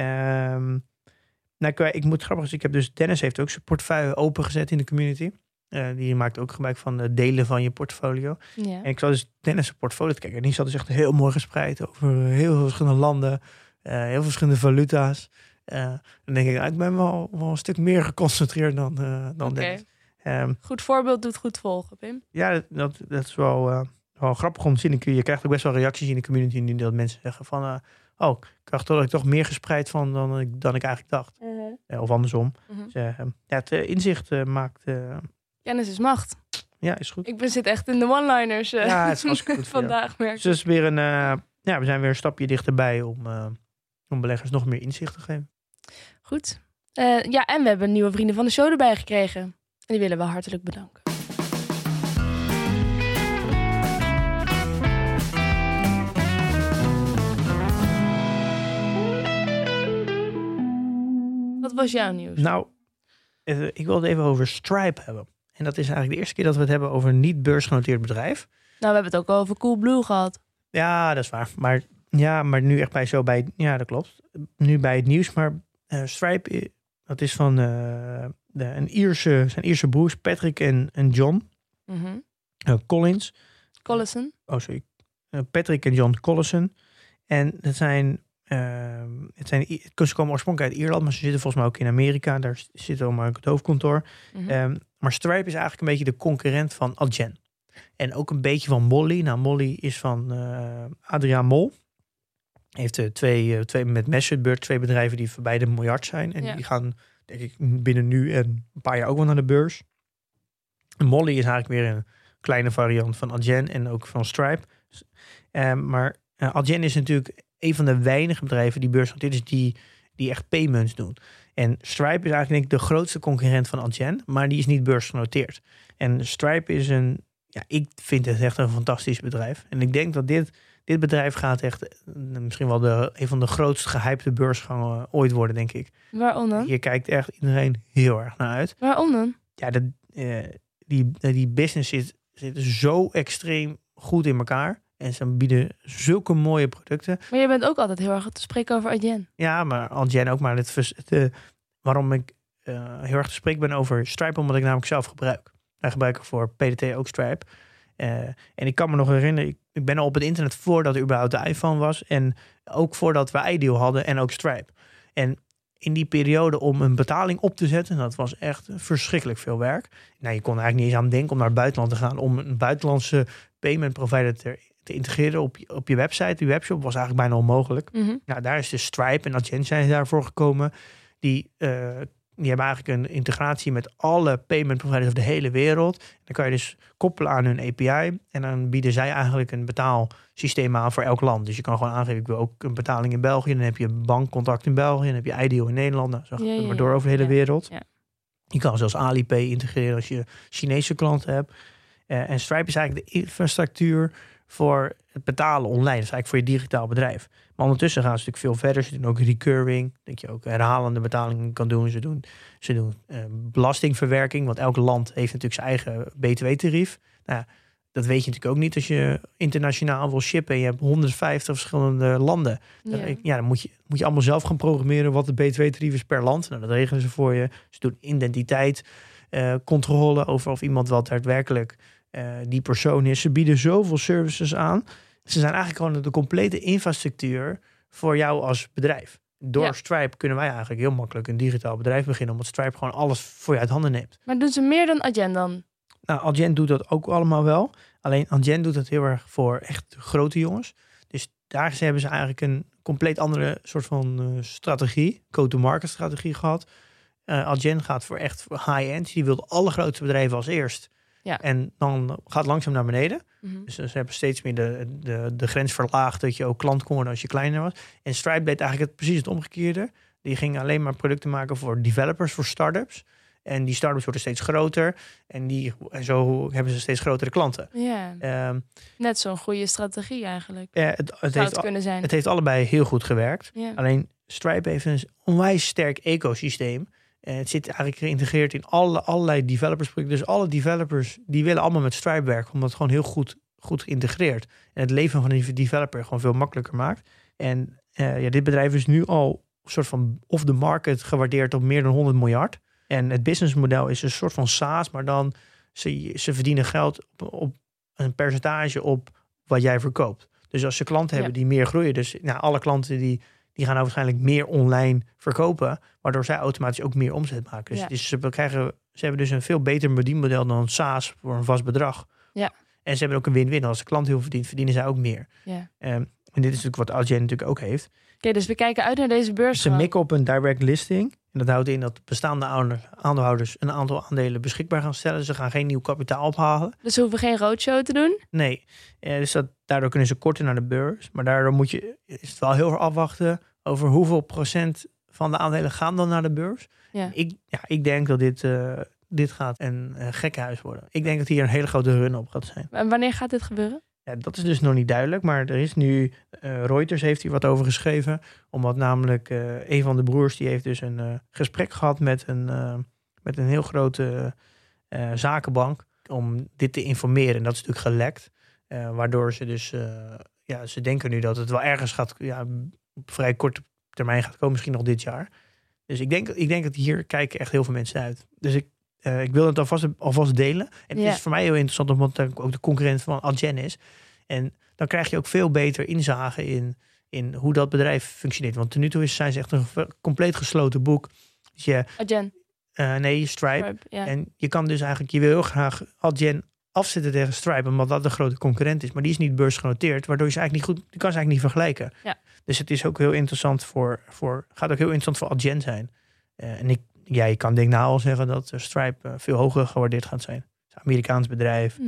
Ik moet grappig zeggen, Dennis heeft ook zijn portefeuille opengezet in de community. Die maakt ook gebruik van delen van je portfolio. Ja. En ik zat dus Dennis' portfolio te kijken. En die zat dus echt heel mooi gespreid over heel veel verschillende landen. Heel veel verschillende valuta's. Dan denk ik ben wel een stuk meer geconcentreerd dan Dennis. Goed voorbeeld doet goed volgen, Pim. Ja, dat is wel grappig om te zien. Je krijgt ook best wel reacties in de community nu dat mensen zeggen van... ik krijg toch meer gespreid van dan ik eigenlijk dacht. Of andersom. Dus, het inzicht maakt... Kennis is macht. Ja, is goed. Ik zit echt in de one-liners ja, het is goed vandaag. Merk. Dus het is weer we zijn weer een stapje dichterbij om beleggers nog meer inzicht te geven. Goed. En we hebben nieuwe vrienden van de show erbij gekregen. En die willen we hartelijk bedanken. Wat was jouw nieuws? Nou, ik wil het even over Stripe hebben. En dat is eigenlijk de eerste keer dat we het hebben over een niet beursgenoteerd bedrijf. Nou, we hebben het ook al over Coolblue gehad. Ja, dat is waar. Maar nu echt ja, dat klopt. Nu bij het nieuws. Maar Stripe, dat is van zijn Ierse broers Patrick en John Collins. Collison. Oh, sorry. Patrick en John Collison. En ze komen oorspronkelijk uit Ierland, maar ze zitten volgens mij ook in Amerika. Daar zit ook maar het hoofdkantoor. Maar Stripe is eigenlijk een beetje de concurrent van Adyen. En ook een beetje van Molly. Nou, Molly is van Adriaan Mol. Heeft twee met Message 2 bedrijven die voorbij de miljard zijn. En die gaan, denk ik, binnen nu en een paar jaar ook wel naar de beurs. En Molly is eigenlijk weer een kleine variant van Adyen en ook van Stripe. Maar Adyen is natuurlijk een van de weinige bedrijven die beursgenoteerd is die echt payments doen. En Stripe is eigenlijk denk ik de grootste concurrent van Adyen, maar die is niet beursgenoteerd. En Stripe is ik vind het echt een fantastisch bedrijf. En ik denk dat dit bedrijf gaat echt misschien wel een van de grootst gehypte beursgangen ooit worden, denk ik. Waarom dan? Hier kijkt echt iedereen heel erg naar uit. Waarom dan? Ja, die business zit zo extreem goed in elkaar. En ze bieden zulke mooie producten. Maar je bent ook altijd heel erg te spreken over Adyen. Ja, maar Adyen ook. Maar waarom ik heel erg te spreken ben over Stripe, omdat ik namelijk zelf gebruik. Wij gebruiken voor PDT ook Stripe. En ik kan me nog herinneren, ik ben al op het internet voordat er überhaupt de iPhone was. En ook voordat we iDeal hadden en ook Stripe. En in die periode om een betaling op te zetten, dat was echt verschrikkelijk veel werk. Nou, je kon er eigenlijk niet eens aan denken om naar het buitenland te gaan, om een buitenlandse payment provider te integreren op je website. Die webshop was eigenlijk bijna onmogelijk. Nou, daar is de Stripe en Adyen zijn daarvoor gekomen. Die hebben eigenlijk een integratie met alle payment providers over de hele wereld. Dan kan je dus koppelen aan hun API. En dan bieden zij eigenlijk een betaalsysteem aan voor elk land. Dus je kan gewoon aangeven, ik wil ook een betaling in België. Dan heb je een bankcontact in België. Dan heb je Ideal in Nederland. Nou, zo maar door over de hele wereld. Ja. Je kan zelfs Alipay integreren als je Chinese klanten hebt. En Stripe is eigenlijk de infrastructuur voor het betalen online. Dat is eigenlijk voor je digitaal bedrijf. Maar ondertussen gaan ze natuurlijk veel verder. Ze doen ook recurring, dat je ook herhalende betalingen kan doen. Ze doen belastingverwerking, want elk land heeft natuurlijk zijn eigen btw-tarief. Nou, dat weet je natuurlijk ook niet als je internationaal wil shippen en je hebt 150 verschillende landen. Dan moet je allemaal zelf gaan programmeren wat de btw-tarief is per land. Nou, dat regelen ze voor je. Ze doen identiteit, controle over of iemand wel daadwerkelijk die persoon is. Ze bieden zoveel services aan. Ze zijn eigenlijk gewoon de complete infrastructuur voor jou als bedrijf. Door Stripe kunnen wij eigenlijk heel makkelijk een digitaal bedrijf beginnen, omdat Stripe gewoon alles voor je uit handen neemt. Maar doen ze meer dan Adyen dan? Nou, Adyen doet dat ook allemaal wel. Alleen Adyen doet het heel erg voor echt grote jongens. Dus daar hebben ze eigenlijk een compleet andere soort van strategie, go-to-market strategie gehad. Adyen gaat voor echt high-end. Die wil de allergrootste bedrijven als eerst. Ja. En dan gaat het langzaam naar beneden. Mm-hmm. Dus ze hebben steeds meer de grens verlaagd dat je ook klant kon worden als je kleiner was. En Stripe deed eigenlijk precies het omgekeerde. Die gingen alleen maar producten maken voor developers, voor startups. En die startups worden steeds groter. En zo hebben ze steeds grotere klanten. Ja. Net zo'n goede strategie eigenlijk. Het kunnen zijn. Het heeft allebei heel goed gewerkt. Ja. Alleen Stripe heeft een onwijs sterk ecosysteem. Het zit eigenlijk geïntegreerd in allerlei developersprojecten. Dus alle developers die willen allemaal met Stripe werken, omdat het gewoon heel goed geïntegreerd. En het leven van een developer gewoon veel makkelijker maakt. En dit bedrijf is nu al een soort van off the market gewaardeerd op meer dan 100 miljard. En het businessmodel is een soort van SaaS, maar dan ze verdienen geld op een percentage op wat jij verkoopt. Dus als ze klanten hebben die meer groeien, dus alle klanten die gaan nou waarschijnlijk meer online verkopen, waardoor zij automatisch ook meer omzet maken. Dus ze hebben dus een veel beter verdienmodel dan SaaS voor een vast bedrag. Ja. En ze hebben ook een win-win. Als de klant heel verdient, verdienen zij ook meer. Ja. En dit is natuurlijk wat Adyen natuurlijk ook heeft. Oké, dus we kijken uit naar deze beurs. Ze mikken op een direct listing. En dat houdt in dat bestaande aandeelhouders een aantal aandelen beschikbaar gaan stellen. Ze gaan geen nieuw kapitaal ophalen. Dus ze hoeven geen roadshow te doen? Nee. Dus daardoor kunnen ze korter naar de beurs. Maar daardoor is het wel heel erg afwachten over hoeveel procent van de aandelen gaan dan naar de beurs. Ja. Ik denk dat dit gaat een gekkenhuis worden. Ik denk dat hier een hele grote run op gaat zijn. En wanneer gaat dit gebeuren? Ja, dat is dus nog niet duidelijk, maar er is nu Reuters heeft hier wat over geschreven, omdat namelijk een van de broers die heeft dus een gesprek gehad met een heel grote zakenbank om dit te informeren. En dat is natuurlijk gelekt, waardoor ze dus ze denken nu dat het wel ergens gaat op vrij korte termijn gaat komen, misschien nog dit jaar. Dus ik denk dat hier kijken echt heel veel mensen uit. Dus ik wil het alvast delen. En het is voor mij heel interessant, omdat het ook de concurrent van Adyen is. En dan krijg je ook veel beter inzage in hoe dat bedrijf functioneert. Want tot nu toe zijn ze echt een compleet gesloten boek. Dus Adyen? Nee, Stripe. En je kan dus eigenlijk, je wil heel graag Adyen afzetten tegen Stripe, omdat dat de grote concurrent is. Maar die is niet beursgenoteerd, waardoor je kan ze eigenlijk niet vergelijken. Ja. Dus het is ook heel interessant gaat ook heel interessant voor Adyen zijn. En je kan denk ik al zeggen dat Stripe veel hoger gewaardeerd gaat zijn. Het is een Amerikaans bedrijf.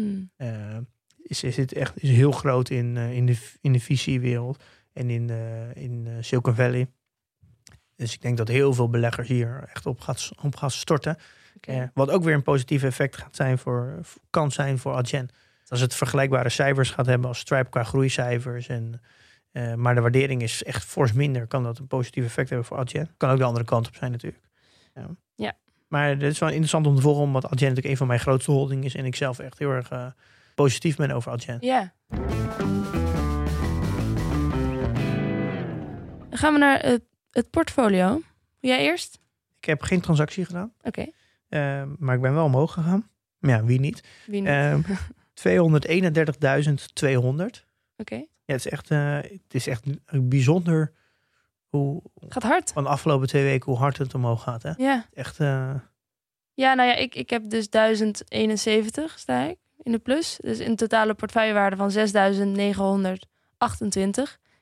Is heel groot in de VC-wereld en in Silicon Valley. Dus ik denk dat heel veel beleggers hier echt op gaan storten. Okay. Wat ook weer een positief effect kan zijn voor Adyen. Als het vergelijkbare cijfers gaat hebben als Stripe qua groeicijfers. Maar de waardering is echt fors minder. Kan dat een positief effect hebben voor Adyen. Kan ook de andere kant op zijn natuurlijk. Ja. Maar het is wel interessant om te volgen, omdat Adyen natuurlijk een van mijn grootste holdingen is. En ik zelf echt heel erg positief ben over Adyen. Ja. Dan gaan we naar het portfolio. Wil jij eerst? Ik heb geen transactie gedaan. Oké. Maar ik ben wel omhoog gegaan. Maar ja, wie niet? 231.200. Oké. Ja, het is echt bijzonder hoe... Gaat hard. Van de afgelopen 2 weken hoe hard het omhoog gaat. Hè? Ja. Echt... Ja, nou ja, ik heb dus 1071 sta ik in de plus. Dus een totale portefeuillewaarde van 6.928.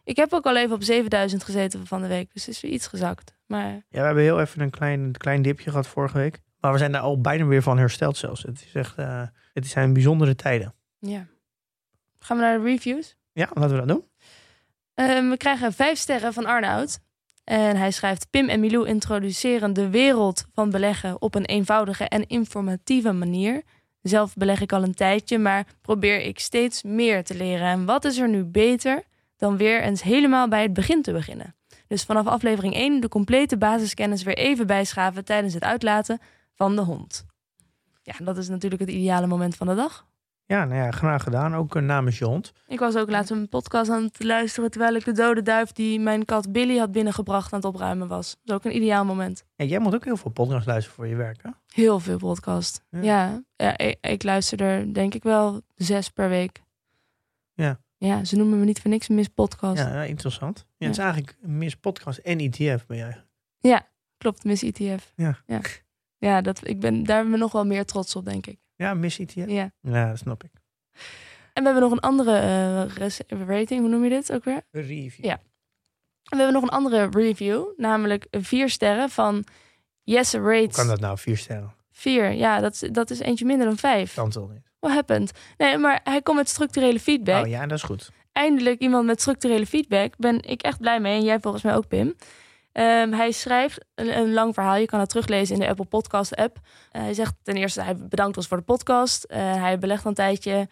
Ik heb ook al even op 7000 gezeten van de week. Dus het is weer iets gezakt. Maar Ja, we hebben heel even een klein dipje gehad vorige week. Maar we zijn daar al bijna weer van hersteld zelfs. Het is echt, het zijn bijzondere tijden. ja. Gaan we naar de reviews? Ja, laten we dat doen. We krijgen 5 sterren van Arnoud. En hij schrijft: Pim en Milou introduceren de wereld van beleggen op een eenvoudige en informatieve manier. Zelf beleg ik al een tijdje, maar probeer ik steeds meer te leren. En wat is er nu beter dan weer eens helemaal bij het begin te beginnen? Dus vanaf aflevering 1 de complete basiskennis weer even bijschaven tijdens het uitlaten van de hond. Ja, dat is natuurlijk het ideale moment van de dag. Ja, nou ja, graag gedaan. Ook namens je hond. Ik was ook laatst een podcast aan het luisteren terwijl ik de dode duif die mijn kat Billy had binnengebracht aan het opruimen was. Dat is ook een ideaal moment. Ja, jij moet ook heel veel podcasts luisteren voor je werk, hè? Heel veel podcast. Ja, ik luister er denk ik wel 6 per week. Ja. Ja, ze noemen me niet voor niks Miss Podcast. Ja, interessant. Ja, het is eigenlijk Miss Podcast en ETF ben jij. Ja, klopt, Miss ETF. Ja. Ja, daar ben ik nog wel meer trots op, denk ik. Ja, Miss ETF? Ja. Ja, dat snap ik. En we hebben nog een andere rating, hoe noem je dit ook weer? Een review. Ja. En we hebben nog een andere review, namelijk 4 sterren van Jesse Rates. Hoe kan dat nou, 4 sterren? 4, ja, dat is eentje minder dan 5. Kan toch niet? What happened? Nee, maar hij komt met structurele feedback. Oh ja, dat is goed. Eindelijk iemand met structurele feedback. Ben ik echt blij mee. En jij volgens mij ook, Pim. Hij schrijft een lang verhaal. Je kan het teruglezen in de Apple Podcast app. Hij zegt ten eerste, hij bedankt ons voor de podcast. Hij belegt een tijdje.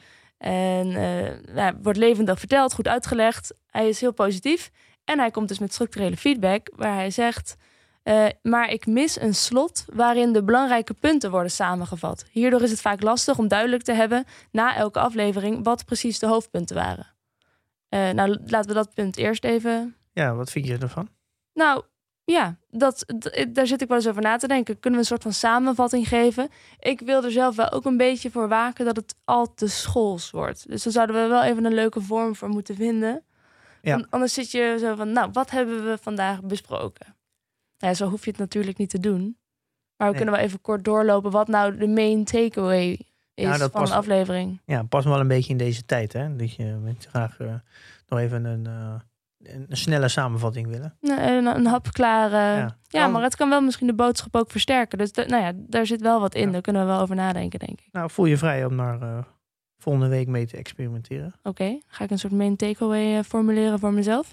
En wordt levendig verteld, goed uitgelegd. Hij is heel positief. En hij komt dus met structurele feedback. Waar hij zegt: maar ik mis een slot waarin de belangrijke punten worden samengevat. Hierdoor is het vaak lastig om duidelijk te hebben na elke aflevering wat precies de hoofdpunten waren. Nou, laten we dat punt eerst even... Ja, wat vind je ervan? Nou, ja, daar zit ik wel eens over na te denken. Kunnen we een soort van samenvatting geven? Ik wil er zelf wel ook een beetje voor waken dat het al te schools wordt. Dus daar zouden we wel even een leuke vorm voor moeten vinden. Ja. Want anders zit je zo van, nou, wat hebben we vandaag besproken? Ja, zo hoef je het natuurlijk niet te doen. Maar we kunnen wel even kort doorlopen wat nou de main takeaway is van een aflevering. Ja, past wel een beetje in deze tijd, hè? Dat je graag nog even een snelle samenvatting willen. Een hapklare... Ja, maar het kan wel misschien de boodschap ook versterken. Dus daar zit wel wat in. Daar kunnen we wel over nadenken, denk ik. Nou, voel je vrij om daar volgende week mee te experimenteren. Oké, ga ik een soort main takeaway formuleren voor mezelf.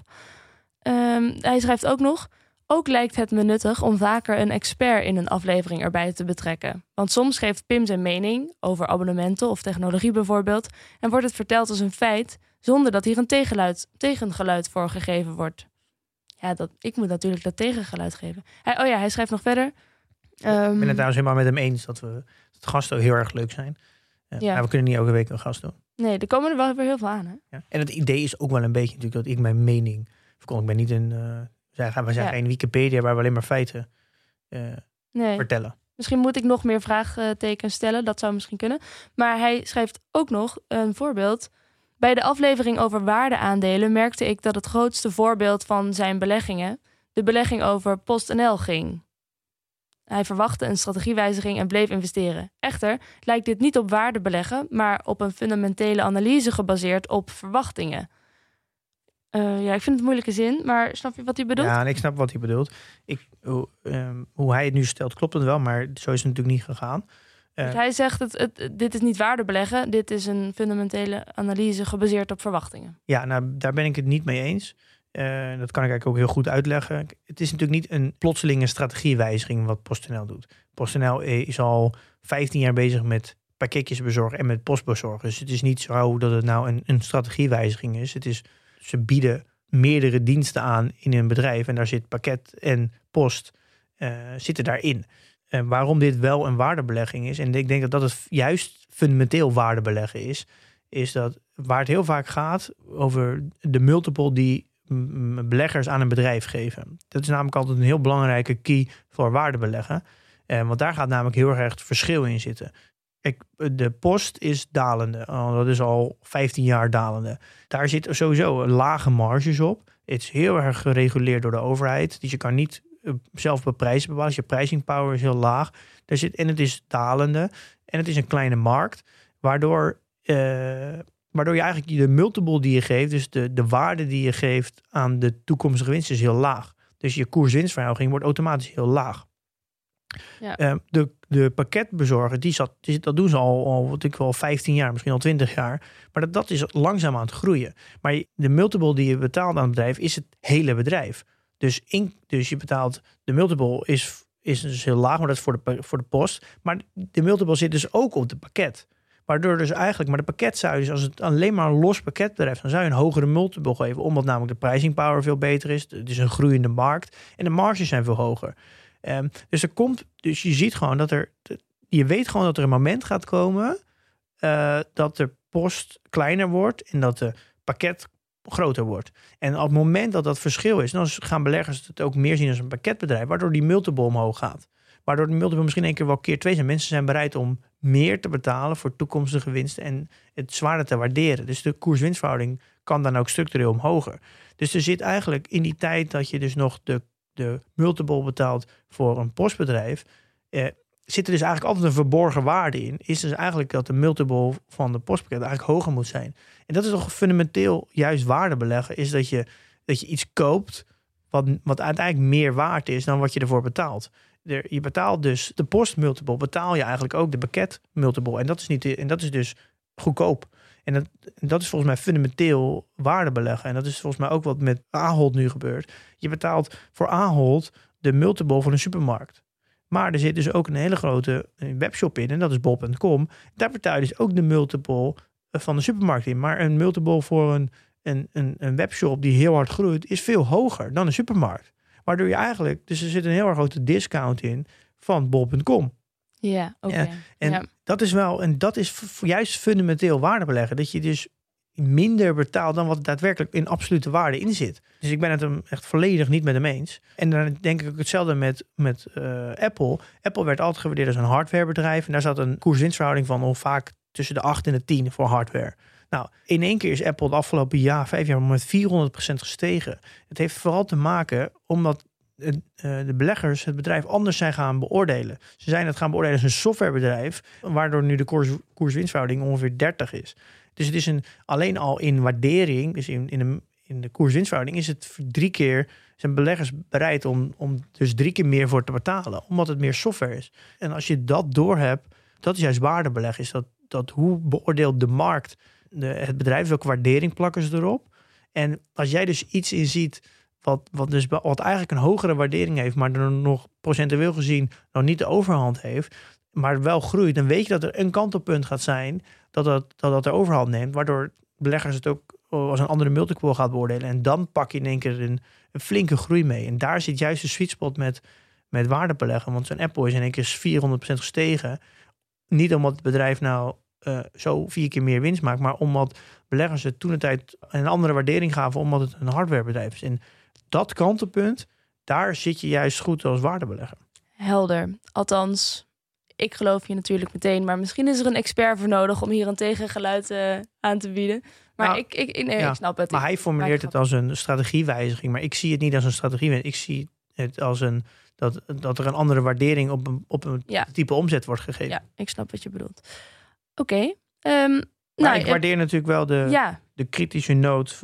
Hij schrijft ook nog: ook lijkt het me nuttig om vaker een expert in een aflevering erbij te betrekken. Want soms geeft Pim zijn mening over abonnementen of technologie bijvoorbeeld en wordt het verteld als een feit zonder dat hier een tegengeluid voor gegeven wordt. Ja, ik moet natuurlijk dat tegengeluid geven. Hij schrijft nog verder. Ik ben het trouwens helemaal met hem eens dat het gasten heel erg leuk zijn. Maar we kunnen niet elke week een gast doen. Nee, er komen er wel weer heel veel aan. Hè? Ja. En het idee is ook wel een beetje natuurlijk dat ik mijn mening verkondig. Ik ben niet we zijn geen Wikipedia waar we alleen maar feiten vertellen. Misschien moet ik nog meer vraagtekens stellen. Dat zou misschien kunnen. Maar hij schrijft ook nog een voorbeeld. Bij de aflevering over waardeaandelen merkte ik dat het grootste voorbeeld van zijn beleggingen de belegging over PostNL ging. Hij verwachtte een strategiewijziging en bleef investeren. Echter lijkt dit niet op waarde beleggen, maar op een fundamentele analyse gebaseerd op verwachtingen. Ik vind het een moeilijke zin, maar snap je wat hij bedoelt? Ja, en ik snap wat hij bedoelt. Hoe hij het nu stelt klopt het wel, maar zo is het natuurlijk niet gegaan. Dus hij zegt, dit is niet waarde beleggen, dit is een fundamentele analyse gebaseerd op verwachtingen. Ja, nou, daar ben ik het niet mee eens. Dat kan ik eigenlijk ook heel goed uitleggen. Het is natuurlijk niet een plotselinge strategiewijziging wat PostNL doet. PostNL is al 15 jaar bezig met pakketjes bezorgen en met postbezorgen. Dus het is niet zo dat het nou een strategiewijziging is. Ze bieden meerdere diensten aan in een bedrijf en daar zit pakket en post zitten daarin. Waarom dit wel een waardebelegging is, en ik denk dat het juist fundamenteel waardebeleggen is dat waar het heel vaak gaat over de multiple die beleggers aan een bedrijf geven. Dat is namelijk altijd een heel belangrijke key voor waardebeleggen. Want daar gaat namelijk heel erg het verschil in zitten. Kijk, de post is dalende. Dat is al 15 jaar dalende. Daar zit sowieso lage marges op. Het is heel erg gereguleerd door de overheid. Dus je kan niet zelf beprijzen bepalen. Dus je pricing power is heel laag. En het is dalende. En het is een kleine markt. Waardoor Waardoor je eigenlijk de multiple die je geeft, dus de waarde die je geeft aan de toekomstige winst is heel laag. Dus je koers-winstverhouding wordt automatisch heel laag. Ja. De pakketbezorger, dat doen ze al wat ik wel 15 jaar, misschien al 20 jaar. Maar dat is langzaam aan het groeien. Maar de multiple die je betaalt aan het bedrijf is het hele bedrijf. Dus je betaalt, de multiple is dus heel laag, maar dat is voor de post. Maar de multiple zit dus ook op het pakket. Waardoor dus eigenlijk, maar de pakket zou je dus, als het alleen maar een los pakketbedrijf, dan zou je een hogere multiple geven, omdat namelijk de pricing power veel beter is. Het is een groeiende markt en de marges zijn veel hoger. Dus je ziet gewoon je weet gewoon dat er een moment gaat komen dat de post kleiner wordt en dat de pakket groter wordt. En op het moment dat dat verschil is, dan gaan beleggers het ook meer zien als een pakketbedrijf, waardoor die multiple omhoog gaat. Waardoor de multiple misschien één keer wel keer 2 zijn. Mensen zijn bereid om meer te betalen voor toekomstige winsten en het zwaarder te waarderen. Dus de koers-winstverhouding kan dan ook structureel omhoger. Dus er zit eigenlijk in die tijd dat je dus nog de multiple betaalt voor een postbedrijf, zit er dus eigenlijk altijd een verborgen waarde in. Is dus eigenlijk dat de multiple van de postpakket eigenlijk hoger moet zijn. En dat is toch fundamenteel juist waarde beleggen, is dat je iets koopt wat uiteindelijk meer waard is dan wat je ervoor betaalt. Je betaalt dus de postmultiple, betaal je eigenlijk ook de pakketmultiple. En dat is dus goedkoop. En dat is volgens mij fundamenteel waarde beleggen. En dat is volgens mij ook wat met Ahold nu gebeurt. Je betaalt voor Ahold de multiple van een supermarkt. Maar er zit dus ook een hele grote webshop in. En dat is bol.com. Daar betaal je dus ook de multiple van de supermarkt in. Maar een multiple voor een webshop die heel hard groeit is veel hoger dan een supermarkt. Waardoor je eigenlijk, dus er zit een heel erg grote discount in van bol.com. Ja, oké. Ja, en dat is juist fundamenteel waarde beleggen. Dat je dus minder betaalt dan wat daadwerkelijk in absolute waarde in zit. Dus ik ben het hem echt volledig niet met hem eens. En dan denk ik ook hetzelfde met Apple. Apple werd altijd gewaardeerd als een hardwarebedrijf. En daar zat een koers-winstverhouding van vaak tussen de 8 en de 10 voor hardware. Nou, in één keer is Apple de afgelopen 5 jaar met 400% gestegen. Het heeft vooral te maken omdat de beleggers het bedrijf anders zijn gaan beoordelen. Ze zijn het gaan beoordelen als een softwarebedrijf, waardoor nu de koers-winstverhouding ongeveer 30 is. Dus het is alleen al in waardering, dus in de koers-winstverhouding, is het 3 keer, zijn beleggers bereid om dus 3 keer meer voor te betalen, omdat het meer software is. En als je dat doorhebt, dat is juist waardebeleggen, is dat hoe beoordeelt de markt het bedrijf, welke waardering plakken ze erop. En als jij dus iets in ziet wat eigenlijk een hogere waardering heeft, maar er nog procentueel gezien nog niet de overhand heeft, maar wel groeit, dan weet je dat er een kantelpunt gaat zijn dat de overhand neemt, waardoor beleggers het ook als een andere multiple gaat beoordelen. En dan pak je in één keer een flinke groei mee. En daar zit juist de sweet spot met waarde beleggen. Want zo'n Apple is in één keer 400% gestegen. Niet omdat het bedrijf nou zo 4 keer meer winst maakt, maar omdat beleggers het toentertijd een andere waardering gaven, omdat het een hardwarebedrijf is. En dat kantelpunt, daar zit je juist goed als waardebelegger. Helder. Althans, ik geloof je natuurlijk meteen, maar misschien is er een expert voor nodig om hier een tegengeluid aan te bieden. Maar ik snap het. Maar hij formuleert het als een strategiewijziging, maar ik zie het niet als een strategiewijziging. Ik zie het als dat er een andere waardering op een type omzet wordt gegeven. Ja, ik snap wat je bedoelt. Oké. Maar ik waardeer natuurlijk wel de kritische noot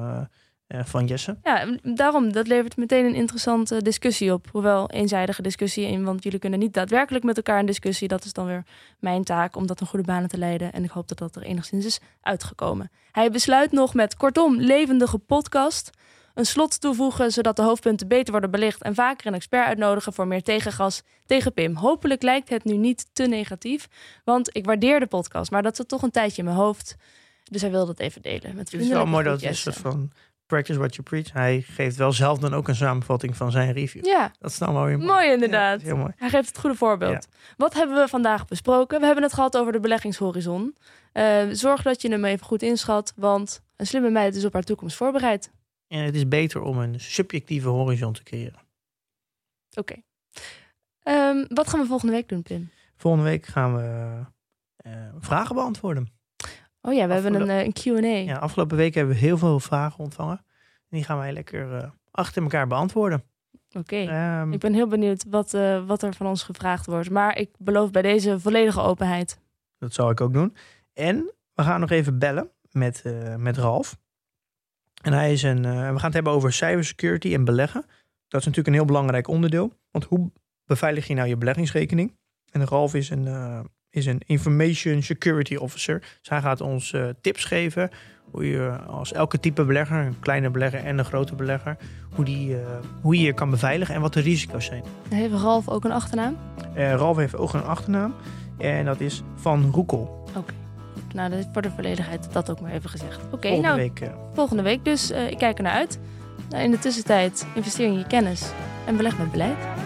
van Jesse. Ja, daarom, dat levert meteen een interessante discussie op. Hoewel eenzijdige discussie, want jullie kunnen niet daadwerkelijk met elkaar in discussie. Dat is dan weer mijn taak om dat een goede banen te leiden. En ik hoop dat dat er enigszins is uitgekomen. Hij besluit nog met kortom levendige podcast. Een slot toevoegen, zodat de hoofdpunten beter worden belicht en vaker een expert uitnodigen voor meer tegengas tegen Pim. Hopelijk lijkt het nu niet te negatief, want ik waardeer de podcast, maar dat zit toch een tijdje in mijn hoofd. Dus hij wil dat even delen. Het is wel mooi dat het een soort van practice what you preach. Hij geeft wel zelf dan ook een samenvatting van zijn review. Ja. Dat is nou wel weer mooi inderdaad. Ja, heel mooi. Hij geeft het goede voorbeeld. Ja. Wat hebben we vandaag besproken? We hebben het gehad over de beleggingshorizon. Zorg dat je hem even goed inschat, want een slimme meid is op haar toekomst voorbereid. En het is beter om een subjectieve horizon te creëren. Oké. Wat gaan we volgende week doen, Pim? Volgende week gaan we vragen beantwoorden. Oh ja, we hebben een Q&A. Ja, afgelopen week hebben we heel veel vragen ontvangen. En die gaan wij lekker achter elkaar beantwoorden. Oké. Ik ben heel benieuwd wat er van ons gevraagd wordt. Maar ik beloof bij deze volledige openheid. Dat zal ik ook doen. En we gaan nog even bellen met Ralf. En hij is we gaan het hebben over cybersecurity en beleggen. Dat is natuurlijk een heel belangrijk onderdeel. Want hoe beveilig je nou je beleggingsrekening? En Ralf is een information security officer. Dus hij gaat ons tips geven hoe je als elke type belegger, een kleine belegger en een grote belegger, hoe je je kan beveiligen en wat de risico's zijn. Heeft Ralf ook een achternaam? Ralf heeft ook een achternaam en dat is Van Roekel. Oké. Nou, voor de volledigheid dat ook maar even gezegd. Oké, volgende week dus. Ik kijk er naar uit. Nou, in de tussentijd investeer in je kennis en beleg met beleid.